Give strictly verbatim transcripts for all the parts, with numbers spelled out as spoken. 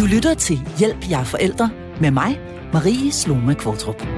lytter til Hjælp jer forældre med mig, Marie Sloma Kvartrup.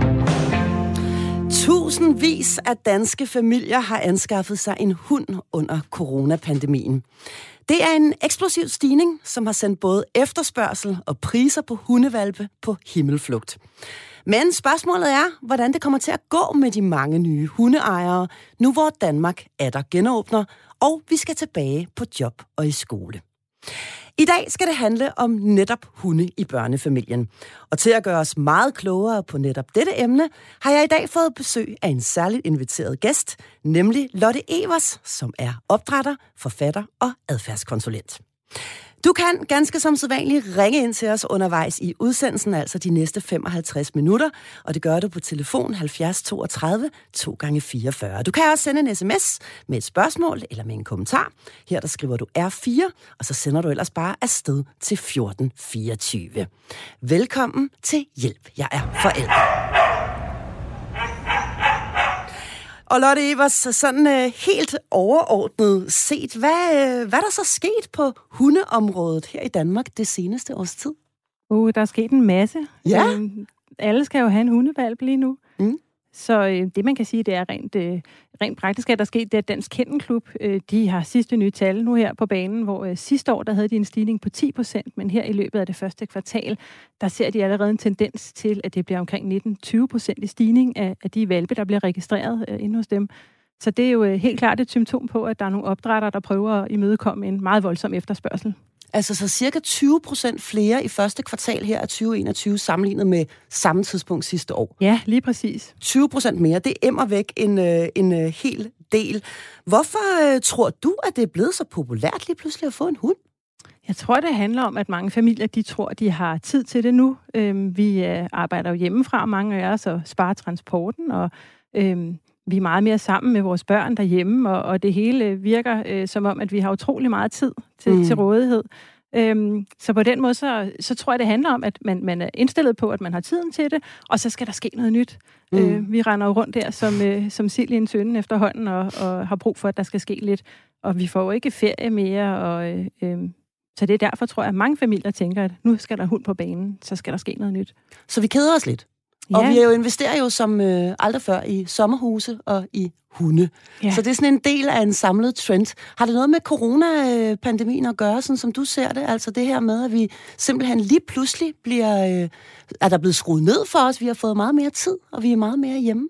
Tusindvis af danske familier har anskaffet sig en hund under coronapandemien. Det er en eksplosiv stigning, som har sendt både efterspørgsel og priser på hundehvalpe på himmelflugt. Men spørgsmålet er, hvordan det kommer til at gå med de mange nye hundeejere, nu hvor Danmark atter genåbner, og vi skal tilbage på job og i skole. I dag skal det handle om netop hunde i børnefamilien. Og til at gøre os meget klogere på netop dette emne, har jeg i dag fået besøg af en særligt inviteret gæst, nemlig Lotte Evers, som er opdrætter, forfatter og adfærdskonsulent. Du kan ganske som sædvanligt ringe ind til os undervejs i udsendelsen, altså de næste femoghalvtreds minutter, og det gør du på telefon halvfjerds toogtredive to gange fireogfyrre. Du kan også sende en sms med et spørgsmål eller med en kommentar. Her der skriver du R fire, og så sender du ellers bare afsted til fjorten fireogtyve. Velkommen til Hjælp, jeg er forælder. Og Lotte Evers, sådan uh, helt overordnet set, hvad, uh, hvad er der så sket på hundeområdet her i Danmark det seneste års tid? Uh, der er sket en masse. Ja. Uh, alle skal jo have en hundevalp lige nu. Mm. Så øh, det, man kan sige, det er rent, øh, rent praktisk, at der er sket, det er Dansk Kennelklub. Øh, de har sidste nye tal nu her på banen, hvor øh, sidste år, der havde de en stigning på ti procent, men her i løbet af det første kvartal, der ser de allerede en tendens til, at det bliver omkring nitten til tyve procent i stigning af, af de valpe, der bliver registreret øh, inde hos dem. Så det er jo øh, helt klart et symptom på, at der er nogle opdrættere, der prøver at imødekomme en meget voldsom efterspørgsel. Altså så cirka tyve procent flere i første kvartal her af tyve enogtyve sammenlignet med samme tidspunkt sidste år. Ja, lige præcis. tyve procent mere, det er immervæk en, øh, en øh, hel del. Hvorfor øh, tror du, at det er blevet så populært lige pludselig at få en hund? Jeg tror, det handler om, at mange familier, de tror, de har tid til det nu. Øhm, vi øh, arbejder jo hjemmefra, mange af os, og sparer transporten, og øhm, vi er meget mere sammen med vores børn derhjemme, og, og det hele virker øh, som om, at vi har utrolig meget tid til, mm. til rådighed. Øhm, så på den måde, så, så tror jeg, det handler om, at man, man er indstillet på, at man har tiden til det, og så skal der ske noget nyt. Mm. Øh, vi render jo rundt der som, øh, som sild i en tønde efterhånden, og, og har brug for, at der skal ske lidt. Og vi får jo ikke ferie mere, og øh, øh, så det er derfor, tror jeg, at mange familier tænker, at nu skal der hund på banen, så skal der ske noget nyt. Så vi keder os lidt? Ja. Og vi jo investerer jo som øh, aldrig før i sommerhuse og i hunde. Ja. Så det er sådan en del af en samlet trend. Har det noget med coronapandemien at gøre, sådan som du ser det? Altså det her med, at vi simpelthen lige pludselig bliver... Øh, er der blevet skruet ned for os? Vi har fået meget mere tid, og vi er meget mere hjemme.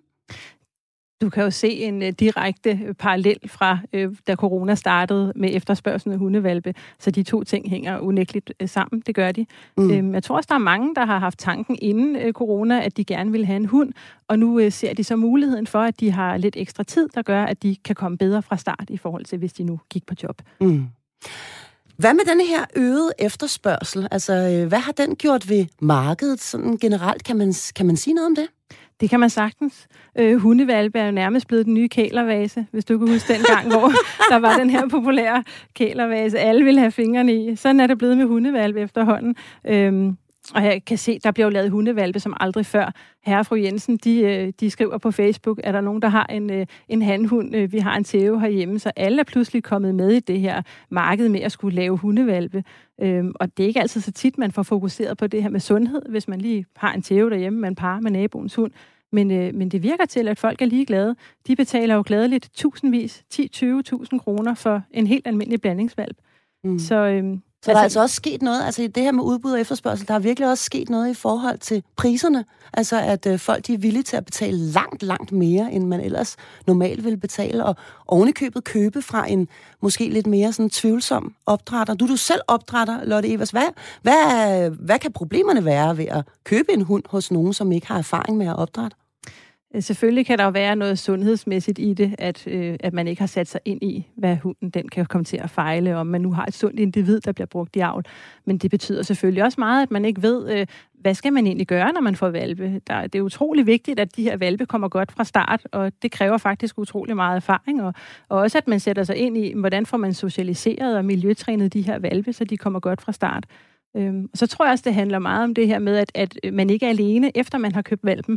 Du kan jo se en uh, direkte parallel fra, uh, da corona startede med efterspørgslen af hundevalpe. Så de to ting hænger unægteligt uh, sammen. Det gør de. Mm. Uh, jeg tror også, der er mange, der har haft tanken inden uh, corona, at de gerne vil have en hund. Og nu uh, ser de så muligheden for, at de har lidt ekstra tid, der gør, at de kan komme bedre fra start i forhold til, hvis de nu gik på job. Mm. Hvad med denne her øgede efterspørgsel? Altså, uh, hvad har den gjort ved markedet sådan generelt? Kan man, kan man sige noget om det? Det kan man sagtens. Øh, hundevalpe er jo nærmest blevet den nye kælervase, hvis du kan huske den gang, hvor der var den her populære kælervase. Alle ville have fingrene i. Sådan er det blevet med hundevalpe efterhånden. Øhm, og jeg kan se, der bliver jo lavet hundevalpe som aldrig før. Herre og fru Jensen, de, de skriver på Facebook, er der nogen, der har en, en hanhund. Vi har en tæve herhjemme, så alle er pludselig kommet med i det her marked med at skulle lave hundevalpe. Øhm, og det er ikke altid så tit, man får fokuseret på det her med sundhed, hvis man lige har en tæve derhjemme, man parer med naboens hund. Men, øh, men det virker til, at folk er ligeglade. De betaler jo gladeligt tusindvis, ti til tyve tusind kroner for en helt almindelig blandingsvalp. Mm. Så, øhm, så der er altså også sket noget, altså i det her med udbud og efterspørgsel, der har virkelig også sket noget i forhold til priserne. Altså at øh, folk de er villige til at betale langt, langt mere, end man ellers normalt vil betale, og ovenikøbet købe fra en måske lidt mere sådan tvivlsom opdrætter. Du er du selv opdrætter, Lotte Evers. Hvad, hvad, hvad kan problemerne være ved at købe en hund hos nogen, som ikke har erfaring med at opdrætte? Selvfølgelig kan der jo være noget sundhedsmæssigt i det, at, øh, at man ikke har sat sig ind i, hvad hunden den kan komme til at fejle, om man nu har et sundt individ, der bliver brugt i avl. Men det betyder selvfølgelig også meget, at man ikke ved, øh, hvad skal man egentlig gøre, når man får valpe. Der, det er utrolig vigtigt, at de her valpe kommer godt fra start, og det kræver faktisk utrolig meget erfaring, og, og også at man sætter sig ind i, hvordan får man socialiseret og miljøtrænet de her valpe, så de kommer godt fra start. Øhm, og så tror jeg også, det handler meget om det her med, at, at man ikke er alene, efter man har købt valpen.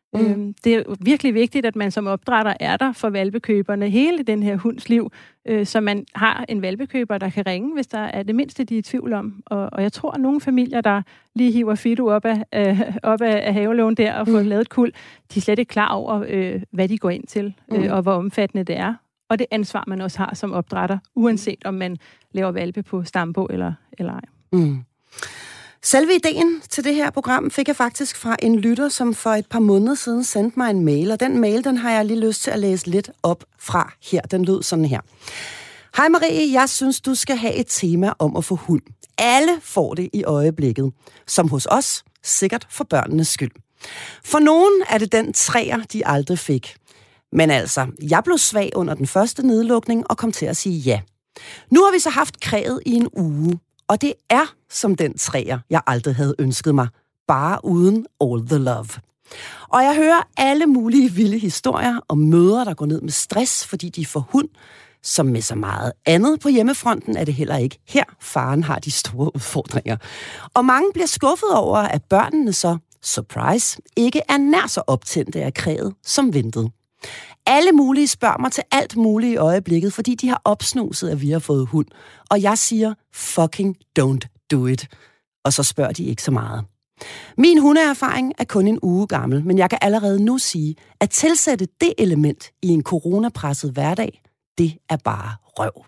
Mm. Øhm, det er virkelig vigtigt, at man som opdrætter er der for hvalpekøberne hele den her hunds liv, øh, så man har en hvalpekøber, der kan ringe, hvis der er det mindste, de er i tvivl om. Og, og jeg tror, at nogle familier, der lige hiver Fido op af, øh, op af havelågen der og får mm. lavet et kuld, de er slet ikke klar over, øh, hvad de går ind til, øh, mm. og hvor omfattende det er. Og det ansvar, man også har som opdrætter, uanset om man laver hvalpe på stambo eller, eller ej. Mm. Selve ideen til det her program fik jeg faktisk fra en lytter, som for et par måneder siden sendte mig en mail, og den mail, den har jeg lige lyst til at læse lidt op fra her. Den lød sådan her. Hej Marie, jeg synes, du skal have et tema om at få hund. Alle får det i øjeblikket, som hos os, sikkert for børnenes skyld. For nogen er det den træer, de aldrig fik. Men altså, jeg blev svag under den første nedlukning og kom til at sige ja. Nu har vi så haft kræget i en uge, og det er som den træer, jeg aldrig havde ønsket mig, bare uden all the love. Og jeg hører alle mulige vilde historier om mødre, der går ned med stress, fordi de får hund. Som med så meget andet på hjemmefronten er det heller ikke her, faren har de store udfordringer. Og mange bliver skuffet over, at børnene så, surprise, ikke er nær så optændte af kræget som ventet. Alle mulige spørger mig til alt muligt i øjeblikket, fordi de har opsnuset, at vi har fået hund. Og jeg siger, fucking don't do it. Og så spørger de ikke så meget. Min hundeerfaring er kun en uge gammel, men jeg kan allerede nu sige, at tilsætte det element i en coronapresset hverdag, det er bare røv.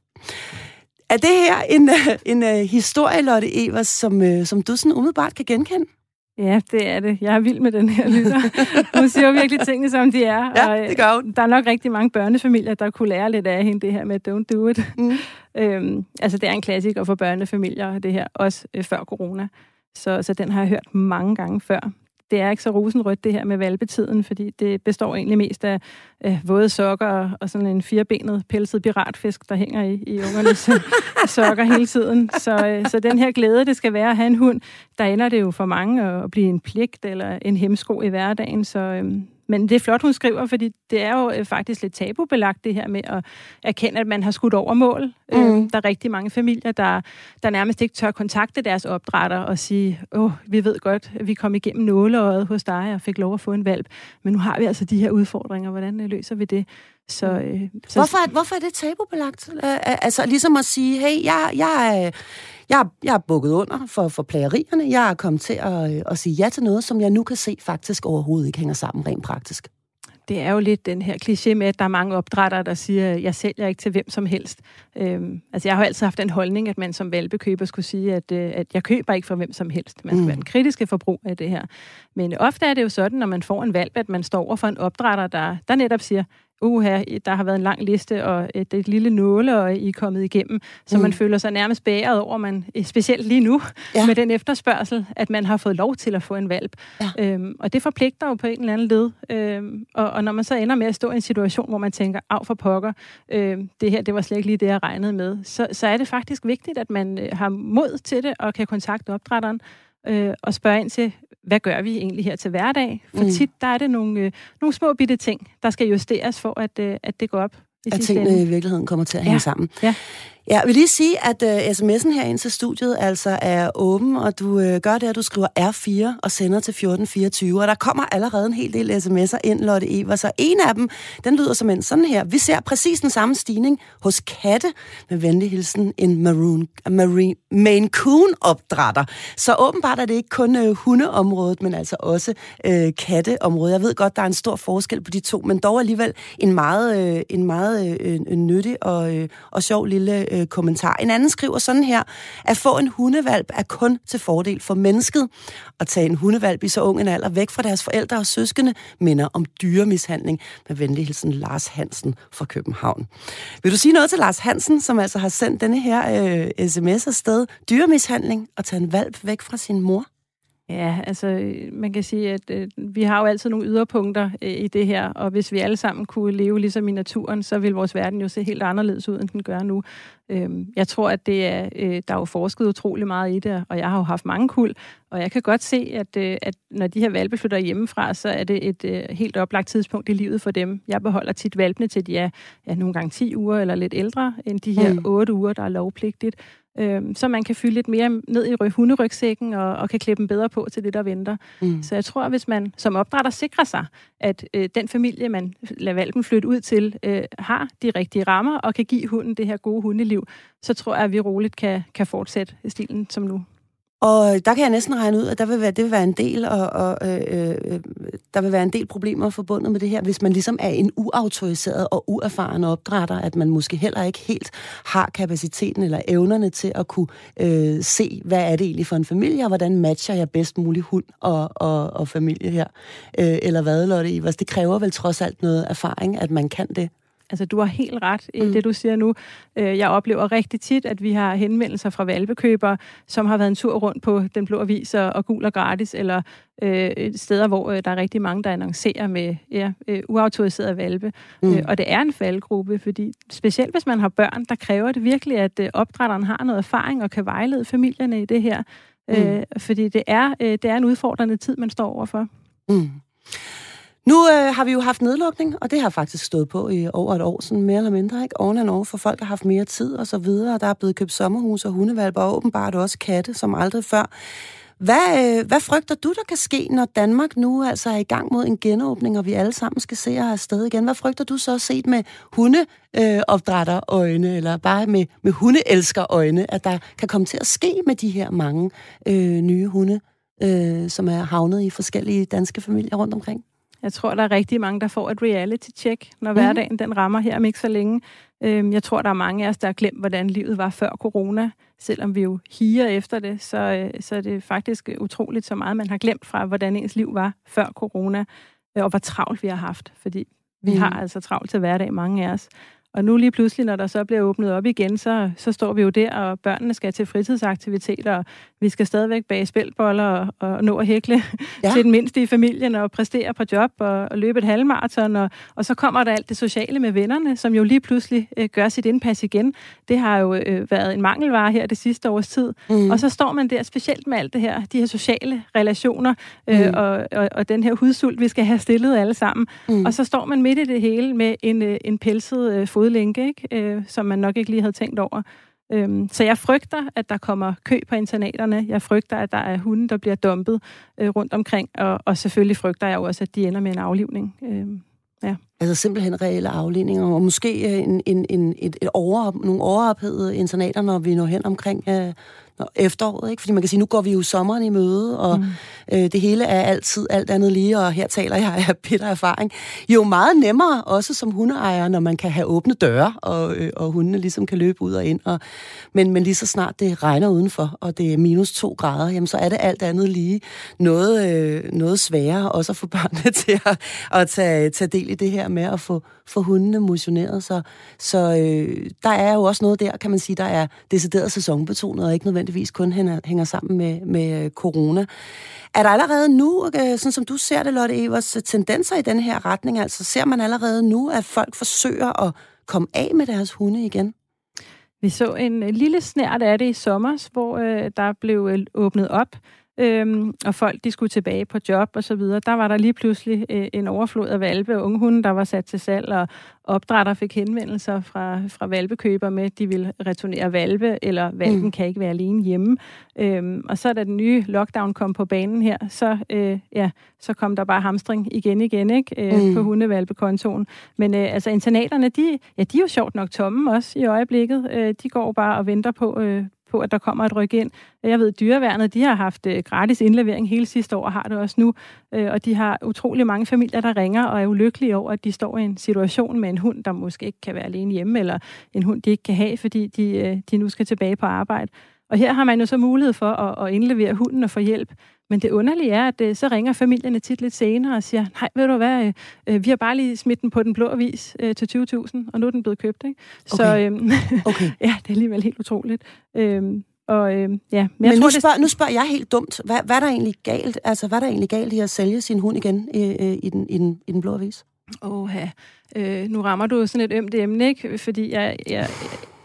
Er det her en, en, en historie, Lotte Evers, som, som du sådan umiddelbart kan genkende? Ja, det er det. Jeg er vild med den her lytter. Hun siger jo virkelig tingene, som de er. Ja, og det gør hun. Der er nok rigtig mange børnefamilier, der kunne lære lidt af hende, det her med don't do it. Mm. øhm, altså, det er en klassiker for børnefamilier, det her, også øh, før corona. Så, så den har jeg hørt mange gange før. Det er ikke så rosenrødt, det her med hvalpetiden, fordi det består egentlig mest af øh, våde sokker og sådan en firebenet, pelset piratfisk, der hænger i, i ungernes sokker hele tiden. Så, øh, så den her glæde, det skal være at have en hund, der ender det jo for mange at blive en pligt eller en hemsko i hverdagen. Så, øh, men det er flot, hun skriver, fordi det er jo faktisk lidt tabubelagt, det her med at erkende, at man har skudt over mål. Mm. Øh, der er rigtig mange familier, der, der nærmest ikke tør kontakte deres opdrætter og sige, åh, vi ved godt, vi kom igennem nåleøjet hos dig og fik lov at få en hvalp, men nu har vi altså de her udfordringer. Hvordan løser vi det? Så, øh, så hvorfor, er, hvorfor er det tabubelagt? Altså ligesom at sige, hey, jeg, jeg, jeg, jeg er bukket under for, for plagerierne. Jeg er kommet til at, at sige ja til noget, som jeg nu kan se faktisk overhovedet ikke hænger sammen rent praktisk. Det er jo lidt den her kliché med, at der er mange opdrættere, der siger, at jeg sælger ikke til hvem som helst. Øhm, altså jeg har jo altid haft den holdning, at man som hvalpekøber skulle sige, at, øh, at jeg køber ikke fra hvem som helst. Man skal mm. være den kritiske forbrug af det her. Men ofte er det jo sådan, når man får en hvalp, at man står over for en opdrætter, der, der netop siger, uha, der har været en lang liste, og et, et lille nåle, og I er kommet igennem, så mm. man føler sig nærmest bæret over, man, specielt lige nu, ja. med den efterspørgsel, at man har fået lov til at få en hvalp. Ja. Øhm, og det forpligter jo på en eller anden led. Øhm, og, og når man så ender med at stå i en situation, hvor man tænker, af for pokker, øhm, det her, det var slet ikke lige det, jeg regnede med, så, så er det faktisk vigtigt, at man øh, har mod til det, og kan kontakte opdrætteren, øh, og spørge ind til, hvad gør vi egentlig her til hverdag? For mm. tit, der er det nogle, øh, nogle små bitte ting, der skal justeres for, at, øh, at det går op. At tingene i virkeligheden kommer til at hænge ja. sammen. Ja. Jeg vil lige sige, at uh, sms'en her ind til studiet altså er åben, og du uh, gør det, at du skriver R fire og sender til fjorten fireogtyve, og der kommer allerede en hel del sms'er ind, Lotte Evers, og en af dem, den lyder som en sådan her. Vi ser præcis den samme stigning hos katte, med venlig hilsen en maroon, marine, Maine Coon-opdrætter. Så åbenbart er det ikke kun uh, hundeområdet, men altså også uh, katteområdet. Jeg ved godt, der er en stor forskel på de to, men dog alligevel en meget, uh, en meget uh, nyttig og, uh, og sjov lille øh, kommentar. En anden skriver sådan her, at få en hundevalp er kun til fordel for mennesket. At tage en hundevalp i så ung en alder væk fra deres forældre og søskende minder om dyremishandling. Med venlig hilsen Lars Hansen fra København. Vil du sige noget til Lars Hansen, som altså har sendt denne her øh, sms afsted? Dyremishandling og tage en valp væk fra sin mor? Ja, altså man kan sige, at øh, vi har jo altid nogle yderpunkter øh, i det her, og hvis vi alle sammen kunne leve ligesom i naturen, så vil vores verden jo se helt anderledes ud, end den gør nu. Øhm, jeg tror, at det er, øh, der er jo forsket utrolig meget i det, og jeg har jo haft mange kuld, og jeg kan godt se, at, øh, at når de her hvalpe flytter hjemmefra, så er det et øh, helt oplagt tidspunkt i livet for dem. Jeg beholder tit hvalpene til de er ja, nogle gange ti uger eller lidt ældre, end de her mm. otte uger, der er lovpligtigt. øh, så man kan fylde lidt mere ned i hunderygsækken og, og kan klippe dem bedre på til det, der venter. Mm. Så jeg tror, at hvis man som opdrætter sikrer sig, at øh, den familie, man lader valpen flytte ud til, øh, har de rigtige rammer og kan give hunden det her gode hundeliv, så tror jeg, at vi roligt kan, kan fortsætte stilen som nu. Og der kan jeg næsten regne ud, at der vil være, det vil være en del, og, og øh, øh, der vil være en del problemer forbundet med det her, hvis man ligesom er en uautoriseret og uerfaren opdrætter, at man måske heller ikke helt har kapaciteten eller evnerne til at kunne øh, se, hvad er det egentlig for en familie, og hvordan matcher jeg bedst muligt hund og, og, og familie her. Øh, eller hvad, Lotte Evers? Det kræver vel trods alt noget erfaring, at man kan det. Altså, du har helt ret i mm. det, du siger nu. Jeg oplever rigtig tit, at vi har henvendelser fra hvalpekøbere, som har været en tur rundt på Den Blå Avis og Gul og Gratis, eller øh, steder, hvor øh, der er rigtig mange, der annoncerer med ja, øh, uautoriserede hvalpe. Mm. Øh, og det er en faldgruppe, fordi specielt hvis man har børn, der kræver det virkelig, at øh, opdrætteren har noget erfaring og kan vejlede familierne i det her. Mm. Øh, fordi det er, øh, det er en udfordrende tid, man står overfor. Mm. Nu øh, har vi jo haft nedlukning, og det har faktisk stået på i over et år, sådan mere eller mindre, ikke? Oven and over, for folk har haft mere tid og så videre, og der er blevet købt sommerhus og hundevalper, og åbenbart også katte, som aldrig før. Hvad, øh, hvad frygter du, der kan ske, når Danmark nu altså er i gang mod en genåbning, og vi alle sammen skal se her afsted igen? Hvad frygter du så set med hundeopdrætterøjne, øh, eller bare med, med hundeelskerøjne, at der kan komme til at ske med de her mange øh, nye hunde, øh, som er havnet i forskellige danske familier rundt omkring? Jeg tror, der er rigtig mange, der får et reality-check, når hverdagen den rammer her om ikke så længe. Jeg tror, der er mange af os, der har glemt, hvordan livet var før corona. Selvom vi jo higer efter det, så, så er det faktisk utroligt så meget, man har glemt fra, hvordan ens liv var før corona, og hvor travlt vi har haft. Fordi vi mm. har altså travlt til hverdag, mange af os. Og nu lige pludselig, når der så bliver åbnet op igen, så, så står vi jo der, og børnene skal til fritidsaktiviteter, og vi skal stadigvæk bage spælboller og, og nå at hækle ja. til den mindste i familien, og præstere på job og, og løbe et halvmaraton. Og, og så kommer der alt det sociale med vennerne, som jo lige pludselig øh, gør sit indpas igen. Det har jo øh, været en mangelvare her det sidste års tid. Mm. Og så står man der specielt med alt det her, de her sociale relationer, øh, mm. og, og, og den her hudsult, vi skal have stillet alle sammen. Mm. Og så står man midt i det hele med en, øh, en pelset øh, fodlænke, ikke? Øh, som man nok ikke lige havde tænkt over. Øhm, så jeg frygter, at der kommer kø på internaterne. Jeg frygter, at der er hunde, der bliver dumpet øh, rundt omkring. Og, og selvfølgelig frygter jeg også, at de ender med en aflivning. Øhm, ja. Altså simpelthen reelle aflivninger, og måske en, en, en, et, et over, nogle overophedede internater, når vi når hen omkring øh, efteråret, ikke? Fordi man kan sige, nu går vi jo sommeren i møde, og mm. øh, det hele er altid alt andet lige, og her taler jeg af bitter erfaring. Jo meget nemmere også som hundeejer, når man kan have åbne døre, og, øh, og hundene ligesom kan løbe ud og ind. Og, men, men lige så snart det regner udenfor, og det er minus to grader, jamen så er det alt andet lige noget, øh, noget sværere også at få børnene til at, at tage, tage del i det her med at få, få hundene motioneret. Så, så øh, der er jo også noget der, kan man sige, der er decideret sæsonbetonet, og ikke nødvendigvis kun hænger, hænger sammen med, med corona. Er der allerede nu, øh, sådan som du ser det, Lotte Evers, tendenser i den her retning? Altså ser man allerede nu, at folk forsøger at komme af med deres hunde igen? Vi så en lille snert af det i sommer, hvor øh, der blev åbnet op, Øhm, og folk, de skulle tilbage på job og så videre. Der var der lige pludselig øh, en overflod af hvalpe og unghunde, der var sat til salg, og opdrætter fik henvendelser fra, fra hvalpekøber med, at de ville returnere hvalpe, eller hvalpen mm. kan ikke være alene hjemme. Øhm, og så da den nye lockdown kom på banen her, så, øh, ja, så kom der bare hamstring igen igen, ikke? Øh, mm. på hundehvalpekontoen. Men øh, altså internaterne, de, ja, de er jo sjovt nok tomme også i øjeblikket. Øh, de går bare og venter på, øh, på, at der kommer et ryk ind. Jeg ved, dyreværnet, de har haft øh, gratis indlevering hele sidste år, og har det også nu. Øh, og de har utrolig mange familier, der ringer og er ulykkelige over, at de står i en situation med en hund, der måske ikke kan være alene hjemme, eller en hund, de ikke kan have, fordi de, øh, de nu skal tilbage på arbejde. Og her har man jo så mulighed for at, at indlevere hunden og få hjælp. Men det underlige er, at så ringer familierne tit lidt senere og siger, nej, ved du hvad, øh, vi har bare lige smidt den på Den Blå Avis øh, til tyve tusind, og nu er den blevet købt, ikke? Så okay. Øh, okay. ja, det er alligevel helt utroligt. Øh, og, øh, ja. Men, jeg Men tror, nu, spørger, det... nu spørger jeg helt dumt, hvad, hvad er der egentlig galt? Altså, hvad er der egentlig galt i at sælge sin hund igen øh, i, den, i, den, i Den Blå Avis? Åh, øh, nu rammer du sådan et ømt emne, ikke? Fordi jeg... jeg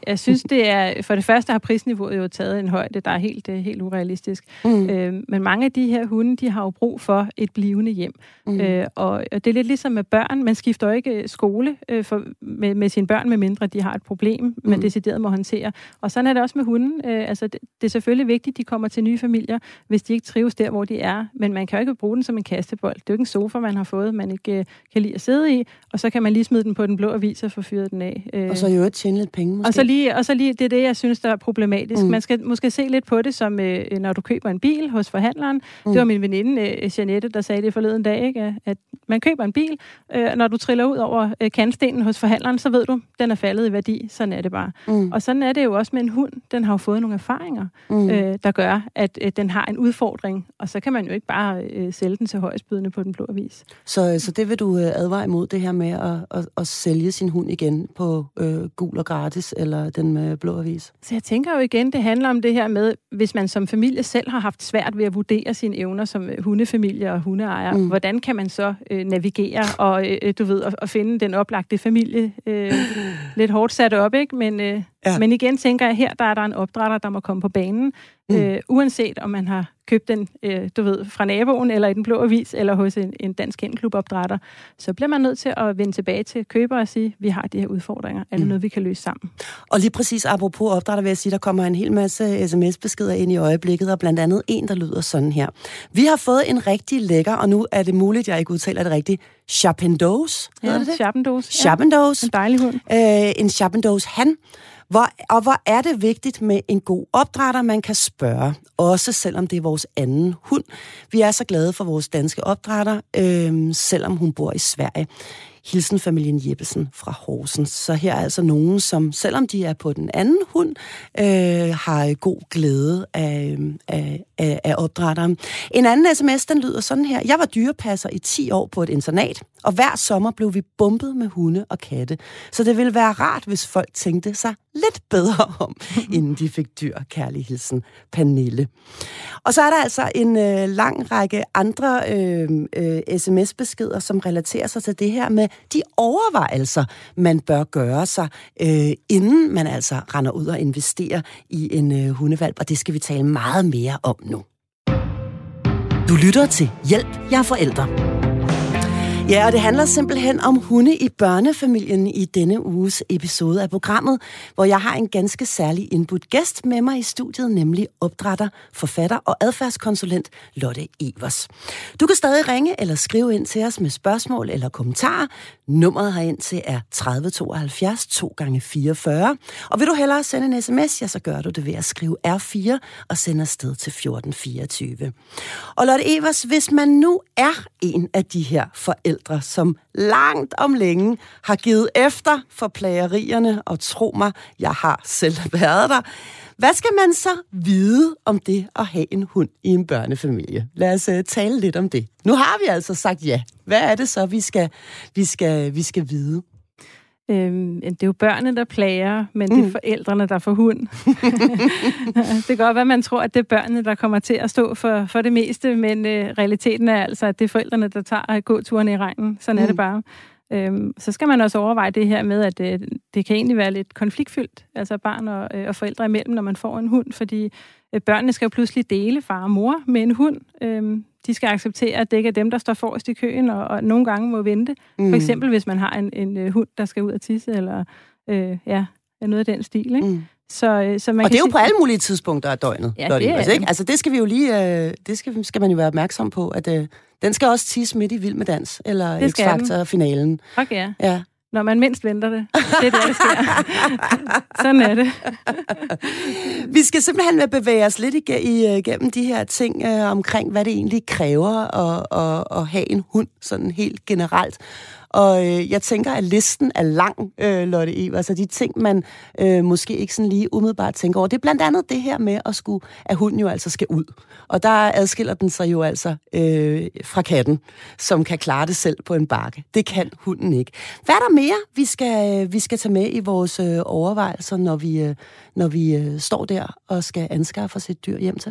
jeg synes, det er... For det første har prisniveauet jo taget en højde, der er helt, helt urealistisk. Mm. Øh, men mange af de her hunde, de har jo brug for et blivende hjem. Mm. Øh, og, og det er lidt ligesom med børn. Man skifter jo ikke skole øh, for, med, med sine børn, medmindre de har et problem, mm. man decideret må håndtere. Og sådan er det også med hunden. Øh, altså, det, det er selvfølgelig vigtigt, at de kommer til nye familier, hvis de ikke trives der, hvor de er. Men man kan jo ikke bruge den som en kastebold. Det er jo ikke en sofa, man har fået, man ikke øh, kan lide at sidde i, og så kan man lige smide den på den blå avis og få fyret den af. Øh, og så jo ikke tjene lidt penge, måske. Og så lige, og så lige, det er det, jeg synes, der er problematisk. Mm. Man skal måske se lidt på det, som øh, når du køber en bil hos forhandleren. Mm. Det var min veninde, øh, Jeanette, der sagde det forleden dag, ikke? At man køber en bil, øh, når du triller ud over øh, kantstenen hos forhandleren, så ved du, den er faldet i værdi. Sådan er det bare. Mm. Og sådan er det jo også med en hund. Den har jo fået nogle erfaringer, mm. øh, der gør, at øh, den har en udfordring, og så kan man jo ikke bare øh, sælge den til højestbydende på den blå avis. Så, så det vil du øh, advare imod, det her med at, at, at sælge sin hund igen på øh, gul og gratis, eller den med blå avis? Så jeg tænker jo igen, det handler om det her med, hvis man som familie selv har haft svært ved at vurdere sine evner som hundefamilie og hundeejer, mm. hvordan kan man så øh, navigere og, øh, du ved, og, og finde den oplagte familie øh, lidt hårdt sat op, ikke? Men, øh, ja. men igen tænker jeg, her der er der en opdrætter, der må komme på banen, mm. øh, uanset om man har købt den, øh, du ved, fra naboen, eller i den blå avis, eller hos en, en dansk handklubopdrætter, så bliver man nødt til at vende tilbage til køber og sige, vi har de her udfordringer. Er det mm. noget, vi kan løse sammen? Og lige præcis apropos opdrætter, vil jeg sige, der kommer en hel masse sms-beskeder ind i øjeblikket, og blandt andet en, der lyder sådan her. Vi har fået en rigtig lækker, og nu er det muligt, jeg ikke udtaler det rigtigt, Chappendose. Ja, Chappendose. Chappendose. Ja, en dejlig hund. Øh, en Chappendose han. Hvor, og hvor er det vigtigt med en god opdrætter, man kan spørge, også selvom det er vores anden hund. Vi er så glade for vores danske opdrætter, øh, selvom hun bor i Sverige. Hilsen familien Jeppesen fra Horsens. Så her er altså nogen, som selvom de er på den anden hund, øh, har god glæde af, af, af, af opdrætteren. En anden sms, den lyder sådan her. Jeg var dyrepasser i ti år på et internat, og hver sommer blev vi bumpet med hunde og katte. Så det ville være rart, hvis folk tænkte sig lidt bedre om, inden de fik dyr. Kærlig hilsen, Pernille. Og så er der altså en øh, lang række andre øh, øh, sms-beskeder, som relaterer sig til det her med de overvejelser, man bør gøre sig, øh, inden man altså render ud og investerer i en øh, hundevalp, og det skal vi tale meget mere om nu. Du lytter til Hjælp, jeg er forældre. Ja, og det handler simpelthen om hunde i børnefamilien i denne uges episode af programmet, hvor jeg har en ganske særlig indbudt gæst med mig i studiet, nemlig opdrætter, forfatter og adfærdskonsulent Lotte Evers. Du kan stadig ringe eller skrive ind til os med spørgsmål eller kommentarer. Nummeret herind til er tredive tooghalvfjerds to gange fireogfyrre. Og vil du hellere sende en sms, ja, så gør du det ved at skrive R fire og sende afsted til fjorten fireogtyve. Og Lotte Evers, hvis man nu er en af de her forældre, som langt om længe har givet efter for plagerierne, og tro mig, jeg har selv været der. Hvad skal man så vide om det at have en hund i en børnefamilie? Lad os uh, tale lidt om det. Nu har vi altså sagt ja. Hvad er det så, vi skal, vi skal, vi skal vide? Øhm, det er jo børnene, der plager, men det er forældrene, der får hund. Det kan godt være, at man tror, at det er børnene, der kommer til at stå for, for det meste, men øh, realiteten er altså, at det er forældrene, der tager gåturen i regnen. Sådan mm. er det bare. Øhm, så skal man også overveje det her med, at øh, det kan egentlig være lidt konfliktfyldt, altså barn og, øh, og forældre imellem, når man får en hund, fordi øh, børnene skal jo pludselig dele far og mor med en hund. Øhm, de skal acceptere, at det ikke er dem, der står forrest i køen, og, og nogle gange må vente. Mm. For eksempel, hvis man har en, en øh, hund, der skal ud og tisse, eller øh, ja, noget af den stil, ikke? Mm. Så, så man og kan det er jo sige, på alle mulige tidspunkter af døgnet. Ja, det er, ikke? Altså det skal vi jo lige, øh, det skal, skal man jo være opmærksom på, at øh, den skal også tisse midt i Vild med Dans, eller X-Factor-finalen. Okay, ja. Når man mindst venter det. Det er det, der sker. Sådan er det. Vi skal simpelthen bevæge os lidt igennem de her ting øh, omkring, hvad det egentlig kræver at, at, at have en hund, sådan helt generelt. Og øh, jeg tænker, at listen er lang, øh, Lotte Evers, altså de ting, man øh, måske ikke sådan lige umiddelbart tænker over. Det er blandt andet det her med, at, skulle, at hunden jo altså skal ud. Og der adskiller den sig jo altså øh, fra katten, som kan klare det selv på en bakke. Det kan hunden ikke. Hvad er der mere, vi skal, vi skal tage med i vores øh, overvejelser, når vi, øh, når vi øh, står der og skal anskaffe os et dyr hjem til?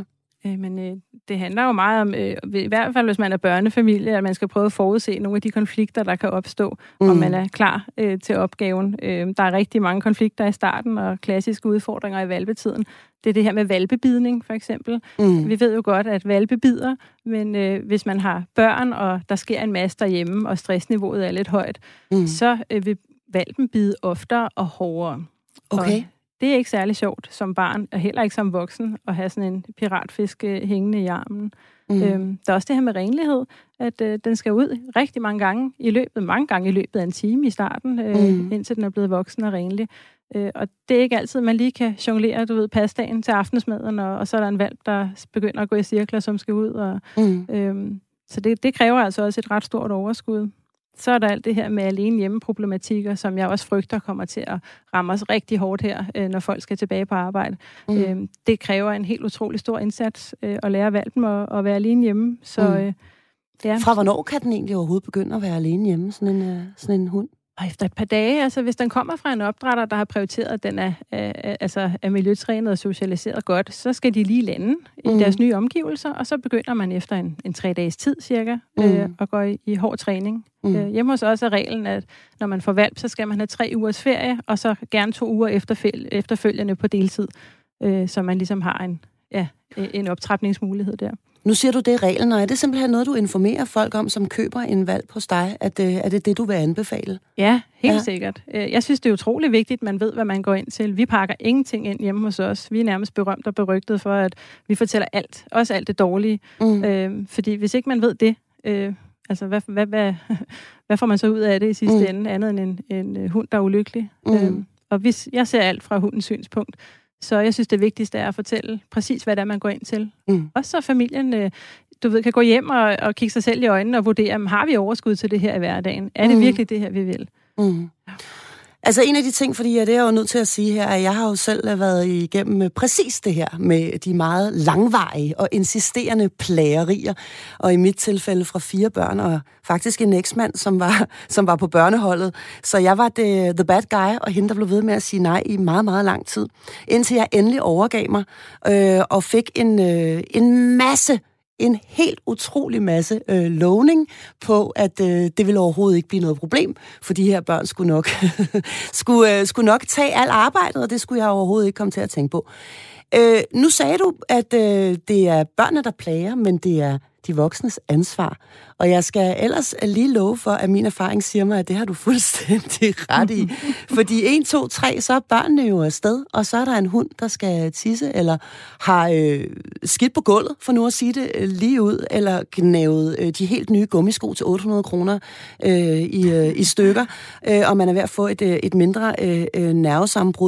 Øh, men øh, det handler jo meget om, øh, i hvert fald hvis man er børnefamilie, at man skal prøve at forudse nogle af de konflikter, der kan opstå, mm. og man er klar øh, til opgaven. Øh, der er rigtig mange konflikter i starten, og klassiske udfordringer i hvalpetiden. Det er det her med hvalpebidning, for eksempel. Mm. Vi ved jo godt, at hvalpe bider, men øh, hvis man har børn, og der sker en masse derhjemme, og stressniveauet er lidt højt, mm. så øh, vil hvalpen bide oftere og hårdere. Okay. Og det er ikke særlig sjovt som barn, og heller ikke som voksen, at have sådan en piratfisk hængende i armen. Mm. Øhm, der er også det her med renlighed, at øh, den skal ud rigtig mange gange i løbet, mange gange i løbet af en time i starten, øh, mm. indtil den er blevet voksen og renlig. Øh, og det er ikke altid, man lige kan jonglere, du ved, pastaen til aftensmaden, og, og så er der en hvalp, der begynder at gå i cirkler, som skal ud. Og, mm. øhm, så det, det kræver altså også et ret stort overskud. Så er der alt det her med alene hjemmeproblematikker, som jeg også frygter kommer til at ramme os rigtig hårdt her, når folk skal tilbage på arbejde. Mm. Det kræver en helt utrolig stor indsats at lære hvalpen at være alene hjemme. Så, mm. ja. Fra hvornår kan den egentlig overhovedet begynde at være alene hjemme, sådan en, sådan en hund? Og efter et par dage, altså hvis den kommer fra en opdrætter, der har prioriteret, at den er, er, altså, er miljøtrænet og socialiseret godt, så skal de lige lande i mm. deres nye omgivelser, og så begynder man efter en, en tre dages tid cirka mm. øh, at gå i, i hård træning. Mm. Øh, hjemme hos os er reglen, at når man får valp, så skal man have tre ugers ferie, og så gerne to uger efterføl- efterfølgende på deltid, øh, så man ligesom har en, ja, en optrapningsmulighed der. Nu siger du, det er reglen, og er det simpelthen noget, du informerer folk om, som køber en hvalp hos dig? At, øh, er det det, du vil anbefale? Ja, helt ja. sikkert. Jeg synes, det er utrolig vigtigt, at man ved, hvad man går ind til. Vi pakker ingenting ind hjemme hos os. Vi er nærmest berømt og berygtet for, at vi fortæller alt. Også alt det dårlige. Mm. Øh, fordi hvis ikke man ved det, øh, altså hvad, hvad, hvad, hvad får man så ud af det i sidste mm. ende, andet end en, en hund, der er ulykkelig? Mm. Øh, og hvis jeg ser alt fra hundens synspunkt, så jeg synes, det vigtigste er at fortælle præcis, hvad det er, man går ind til. Mm. Også så familien, du ved, kan gå hjem og, og kigge sig selv i øjnene og vurdere, har vi overskud til det her i hverdagen? Er det mm. virkelig det her, vi vil? Mm. Altså en af de ting, fordi ja, det er jeg jo nødt til at sige her, at jeg har jo selv været igennem præcis det her med de meget langvarige og insisterende plagerier. Og i mit tilfælde fra fire børn og faktisk en eksmand, som var, som var på børneholdet. Så jeg var det, the bad guy, og hende, der blev ved med at sige nej i meget, meget lang tid. Indtil jeg endelig overgav mig øh, og fik en, øh, en masse en helt utrolig masse øh, lovning på, at øh, det ville overhovedet ikke blive noget problem, for de her børn skulle nok, skulle, øh, skulle nok tage alt arbejdet, og det skulle jeg overhovedet ikke komme til at tænke på. Øh, nu sagde du, at øh, det er børnene, der plager, men det er de voksnes ansvar. Og jeg skal ellers lige love for, at min erfaring siger mig, at det har du fuldstændig ret i. Fordi en, to, tre, så er børnene jo afsted, og så er der en hund, der skal tisse, eller har øh, skidt på gulvet, for nu at sige det øh, lige ud, eller gnævet øh, de helt nye gummisko til otte hundrede kroner øh, i, øh, i stykker, øh, og man er ved at få et, øh, et mindre øh, øh, nervesammenbrud.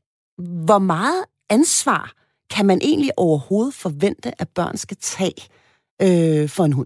Hvor meget ansvar kan man egentlig overhovedet forvente, at børn skal tage øh, for en hund?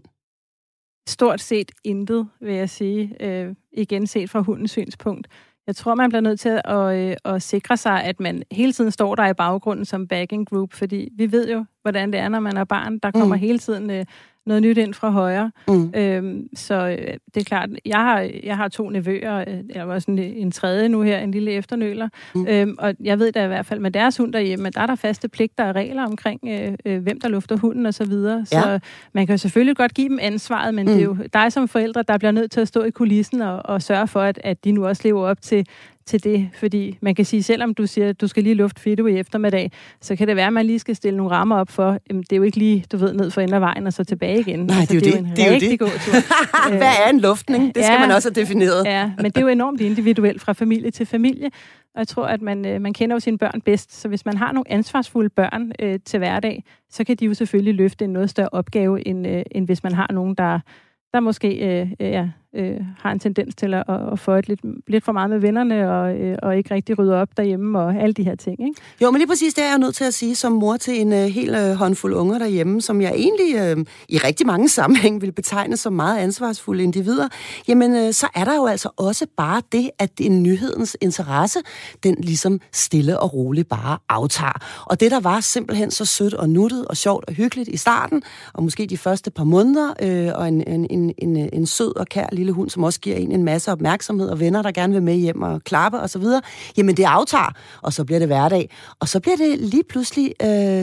Stort set intet, vil jeg sige. Øh, igen set fra hundens synspunkt. Jeg tror, man bliver nødt til at, øh, at sikre sig, at man hele tiden står der i baggrunden som backing group, fordi vi ved jo, hvordan det er, når man er barn. Der kommer mm. hele tiden øh, noget nyt ind fra højre. Mm. Øhm, så øh, det er klart, jeg har, jeg har to nevøer, øh, jeg var sådan en tredje nu her, en lille efternøler, mm. øhm, og jeg ved da i hvert fald med deres hund derhjemme, der er der faste pligter og regler omkring, øh, øh, hvem der lufter hunden og så videre. Så ja. Man kan jo selvfølgelig godt give dem ansvaret, men mm. det er jo dig som forældre, der bliver nødt til at stå i kulissen og, og sørge for, at, at de nu også lever op til til det, fordi man kan sige, selvom du siger, at du skal lige lufte Fido i eftermiddag, så kan det være, at man lige skal stille nogle rammer op for, jamen, det er jo ikke lige, du ved, ned for enden af vejen og så tilbage igen. Nej, altså, det er jo det. Det er jo det. God tur. Hvad er en luftning? Det skal ja, man også have defineret. Ja, men det er jo enormt individuelt fra familie til familie, og jeg tror, at man, man kender jo sine børn bedst, så hvis man har nogle ansvarsfulde børn øh, til hverdag, så kan de jo selvfølgelig løfte en noget større opgave, end, øh, end hvis man har nogen, der, der måske øh, ja, øh, har en tendens til at, at få et lidt, lidt for meget med vennerne, og, øh, og ikke rigtig rydde op derhjemme, og alle de her ting, ikke? Jo, men lige præcis det er jeg nødt til at sige, som mor til en uh, hel uh, håndfuld unger derhjemme, som jeg egentlig uh, i rigtig mange sammenhæng vil betegne som meget ansvarsfulde individer, jamen uh, så er der jo altså også bare det, at en nyhedens interesse, den ligesom stille og roligt bare aftager. Og det, der var simpelthen så sødt og nuttet og sjovt og hyggeligt i starten, og måske de første par måneder, øh, og en, en, en, en, en sød og kær lille hund, som også giver en en masse opmærksomhed, og venner, der gerne vil med hjem og klappe og så videre, jamen det aftager, og så bliver det hverdag. Og så bliver det lige pludselig øh,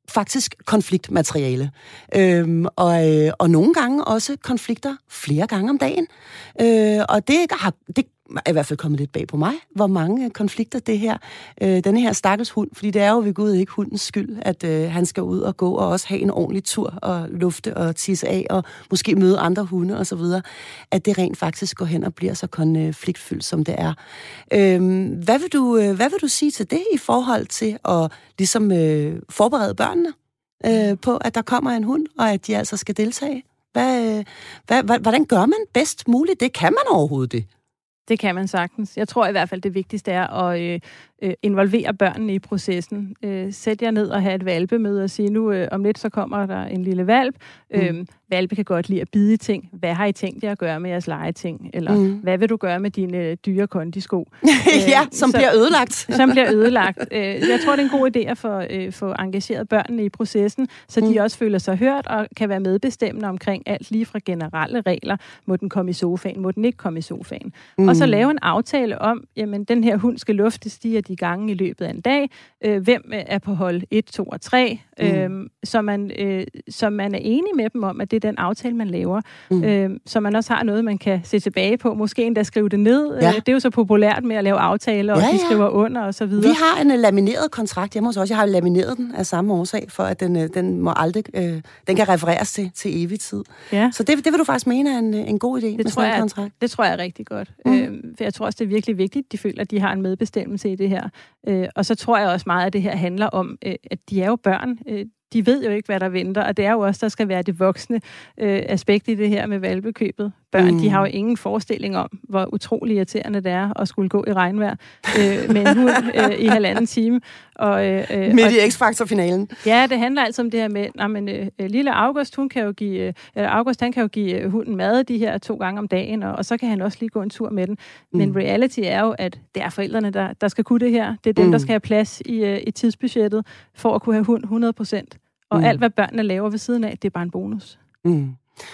faktisk konfliktmateriale. Øhm, og, øh, og nogle gange også konflikter flere gange om dagen. Øh, og det har... Det er i hvert fald kommet lidt bag på mig, hvor mange konflikter det her, øh, denne her stakkels hund, fordi det er jo ved Gud ikke hundens skyld, at øh, han skal ud og gå og også have en ordentlig tur og lufte og tisse af og måske møde andre hunde og så videre, at det rent faktisk går hen og bliver så konfliktfyldt, som det er. Øh, hvad vil du, øh, hvad vil du sige til det i forhold til at ligesom øh, forberede børnene øh, på, at der kommer en hund, og at de altså skal deltage? Hvad, øh, hvad, hvordan gør man bedst muligt det? Kan man overhovedet det? Det kan man sagtens. Jeg tror i hvert fald, det vigtigste er at øh, øh, involvere børnene i processen. Øh, sæt jer ned og have et hvalpemøde og sige, nu øh, om lidt så kommer der en lille hvalp. Mm. Øh, hvalpe kan godt lide at bide i ting. Hvad har I tænkt jer at gøre med jeres legeting? Eller mm. hvad vil du gøre med dine øh, dyre kondisko? ja, som så, bliver ødelagt. som bliver ødelagt. Øh, jeg tror, det er en god idé at få, øh, få engageret børnene i processen, så de mm. også føler sig hørt og kan være medbestemmende omkring alt, lige fra generelle regler. Må den komme i sofaen? Må den ikke komme i sofaen? Mm. Og så lave en aftale om, jamen den her hund skal luftes de og de gange i løbet af en dag. Øh, hvem er på hold et, to og tre? Mm. Øh, så, man, øh, så man er enig med dem om, at det er den aftale, man laver. Mm. Øh, så man også har noget, man kan se tilbage på. Måske endda skrive det ned. Ja. Øh, det er jo så populært med at lave aftaler, og ja, de skriver ja. under og så videre. Vi har en lamineret kontrakt hjemme hos os. Jeg har lamineret den af samme årsag, for at den, den må aldrig, øh, den kan refereres til, til evig tid. Ja. Så det, det vil du faktisk mene er en, en god idé det med tror sådan en jeg, kontrakt? Det tror jeg er rigtig godt. Mm. Øh, for jeg tror også, det er virkelig vigtigt, at de føler, at de har en medbestemmelse i det her. Øh, og så tror jeg også meget, at det her handler om, øh, at de er jo børn. Øh, de ved jo ikke, hvad der venter, og det er jo også, der skal være det voksne øh, aspekt i det her med hvalpekøbet. Børn, mm. de har jo ingen forestilling om, hvor utrolig irriterende det er at skulle gå i regnvejr øh, med en hund øh, i halvanden time. Og, øh, Midt i X-Factor-finalen. Ja, det handler altså om det her med, nej, men øh, lille August, hun kan jo give, øh, August, han kan jo give øh, hunden mad de her to gange om dagen, og, og så kan han også lige gå en tur med den. Men mm. reality er jo, at det er forældrene, der, der skal kunne det her. Det er dem, mm. der skal have plads i, øh, i tidsbudgettet for at kunne have hund hundrede procent. Og mm. alt, hvad børnene laver ved siden af, det er bare en bonus. Mm.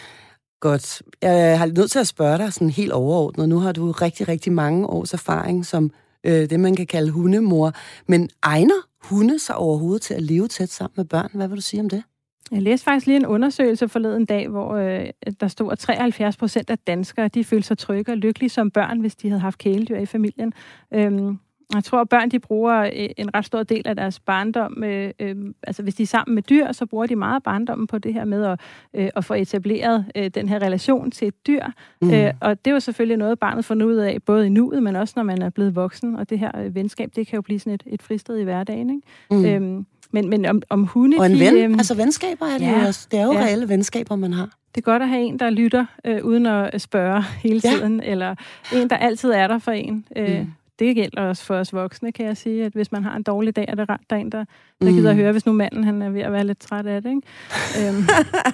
Godt. Jeg har nødt til at spørge dig sådan helt overordnet. Nu har du rigtig, rigtig mange års erfaring som øh, det, man kan kalde hundemor. Men egner hunde sig overhovedet til at leve tæt sammen med børn? Hvad vil du sige om det? Jeg læste faktisk lige en undersøgelse forleden dag, hvor øh, der stod, at treoghalvfjerds procent af danskere, de følte sig trygge og lykkelige som børn, hvis de havde haft kæledyr i familien. Øhm, Jeg tror, at børn de bruger en ret stor del af deres barndom. Øh, øh, altså, hvis de er sammen med dyr, så bruger de meget barndommen på det her med at, øh, at få etableret øh, den her relation til et dyr. Mm. Øh, og det er jo selvfølgelig noget, barnet får ud af, både i nuet, men også når man er blevet voksen. Og det her øh, venskab, det kan jo blive sådan et, et fristed i hverdagen, ikke? Mm. Øhm, men, men om, om hunde... Og en ven, de, øh, altså venskaber er det ja, jo også. Det er jo ja. reelle venskaber, man har. Det er godt at have en, der lytter, øh, uden at spørge hele tiden, ja. eller en, der altid er der for en. Øh, mm. Det gælder også for os voksne, kan jeg sige, at hvis man har en dårlig dag, er det rart, der er en, der, der gider at høre, hvis nu manden han er ved at være lidt træt af det. Ikke? øhm.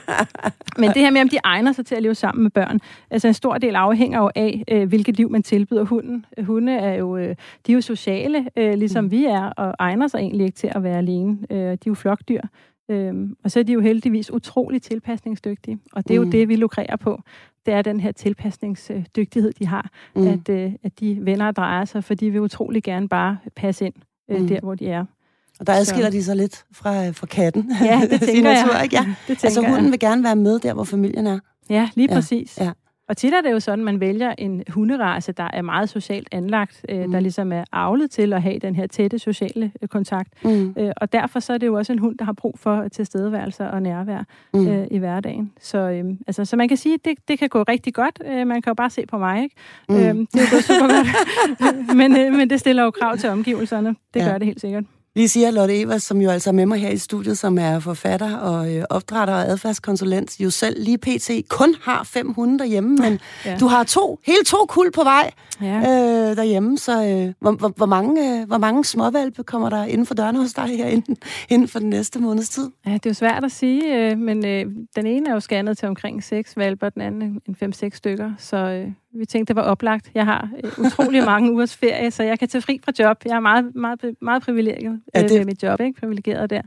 Men det her med, om de egner sig til at leve sammen med børn, altså en stor del afhænger jo af, øh, hvilket liv man tilbyder hunden. Hunde er jo, øh, de er jo sociale, øh, ligesom mm. vi er, og egner sig egentlig ikke til at være alene. Øh, de er jo flokdyr. Øhm, og så er de jo heldigvis utroligt tilpasningsdygtige, og det er jo mm. det, vi lukrerer på. Det er den her tilpasningsdygtighed, de har, mm. at, øh, at de venner og drejer sig, for de vil utrolig gerne bare passe ind øh, mm. der, hvor de er. Og der adskiller så. de sig lidt fra, fra katten. Ja, det tænker natur, jeg. Ikke? Ja. Det tænker altså hunden jeg. vil gerne være med der, hvor familien er. Ja, lige præcis. Ja. Ja. Og tit er det jo sådan, at man vælger en hunderace, der er meget socialt anlagt, øh, mm. der ligesom er avlet til at have den her tætte sociale øh, kontakt. Mm. Øh, og derfor så er det jo også en hund, der har brug for tilstedeværelse og nærvær mm. øh, i hverdagen. Så, øh, altså, så man kan sige, at det, det kan gå rigtig godt. Øh, man kan jo bare se på mig, ikke? Mm. Øh, det er jo gået super godt. men, øh, men det stiller jo krav til omgivelserne. Det ja. gør det helt sikkert. Lige siger Lotte Evers, som jo altså er med mig her i studiet, som er forfatter og øh, opdrætter og adfærdskonsulent, jo selv lige pt. Kun har fem hunde derhjemme, men ja. du har to, hele to kuld på vej ja. øh, derhjemme, så øh, hvor, hvor, hvor, mange, øh, hvor mange småvalpe kommer der inden for dørene hos dig her inden, inden for den næste måneds tid? Ja, det er jo svært at sige, øh, men øh, den ene er jo scannet til omkring seks valper, den anden en fem-seks stykker, så øh, vi tænkte, det var oplagt. Jeg har øh, utrolig mange ugers ferie, så jeg kan tage fri fra job. Jeg er meget, meget, meget privilegeret ja, det... med mit job, ikke? Privilegeret der.